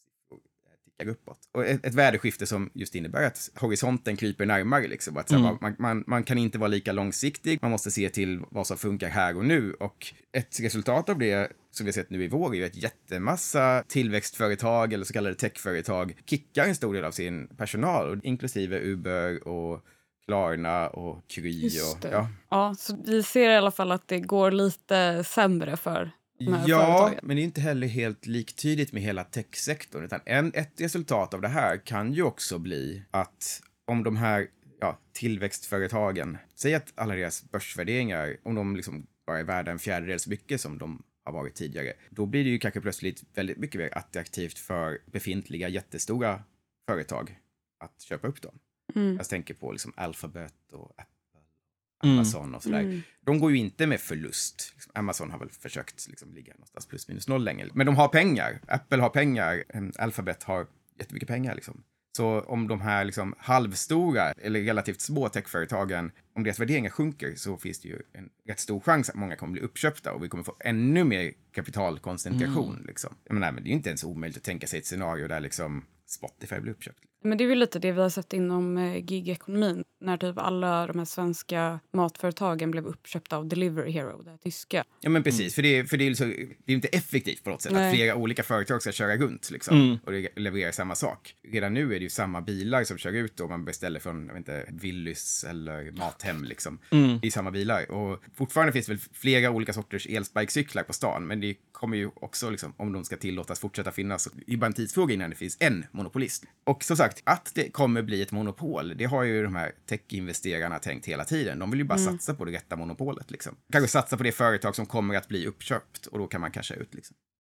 tickar uppåt. Och ett väderskifte som just innebär att horisonten kryper närmare. Liksom. Att, så här, man kan inte vara lika långsiktig. Man måste se till vad som funkar här och nu. Och ett resultat av det som vi har sett nu i vår är ju att jättemassa tillväxtföretag eller så kallade techföretag kickar en stor del av sin personal, inklusive Uber och Klarna och Kry. Ja, så vi ser i alla fall att det går lite sämre för företagen. Men det är inte heller helt liktydigt med hela techsektorn, utan ett resultat av det här kan ju också bli att om de här tillväxtföretagen, säg att alla deras börsvärderingar, om de liksom bara är värda en fjärdedel så mycket som de har varit tidigare, då blir det ju kanske plötsligt väldigt mycket mer attraktivt för befintliga jättestora företag att köpa upp dem. Jag tänker på liksom Alphabet och Apple, Amazon och sådär. De går ju inte med förlust. Liksom, Amazon har väl försökt liksom ligga någonstans plus minus noll länge. Men de har pengar. Apple har pengar. Alphabet har jättemycket pengar. Liksom. Så om de här liksom halvstora eller relativt små techföretagen, om deras värderingar sjunker, så finns det ju en rätt stor chans att många kommer bli uppköpta och vi kommer få ännu mer kapitalkoncentration. Liksom. Men det är ju inte ens omöjligt att tänka sig ett scenario där liksom Spotify blir uppköpt. Men det är väl lite det vi har sett inom gigekonomin, när typ alla de här svenska matföretagen blev uppköpta av Delivery Hero, det här tyska. Ja, men precis, för det är inte effektivt på något sätt. Nej. Att flera olika företag ska köra runt liksom, och leverera samma sak. Redan nu är det ju samma bilar som kör ut och man beställer från, jag vet inte, Willys eller Mathem liksom. Det är samma bilar. Och fortfarande finns väl flera olika sorters elsparkcyklar på stan, men det kommer ju också, liksom, om de ska tillåtas fortsätta finnas, i bara en tidsfråga innan det finns en monopolist. Och som sagt, att det kommer bli ett monopol, det har ju de här tech-investerarna tänkt hela tiden. De vill ju bara satsa på det rätta monopolet. Liksom. Kanske satsa på det företag som kommer att bli uppköpt och då kan man casha ut. Liksom.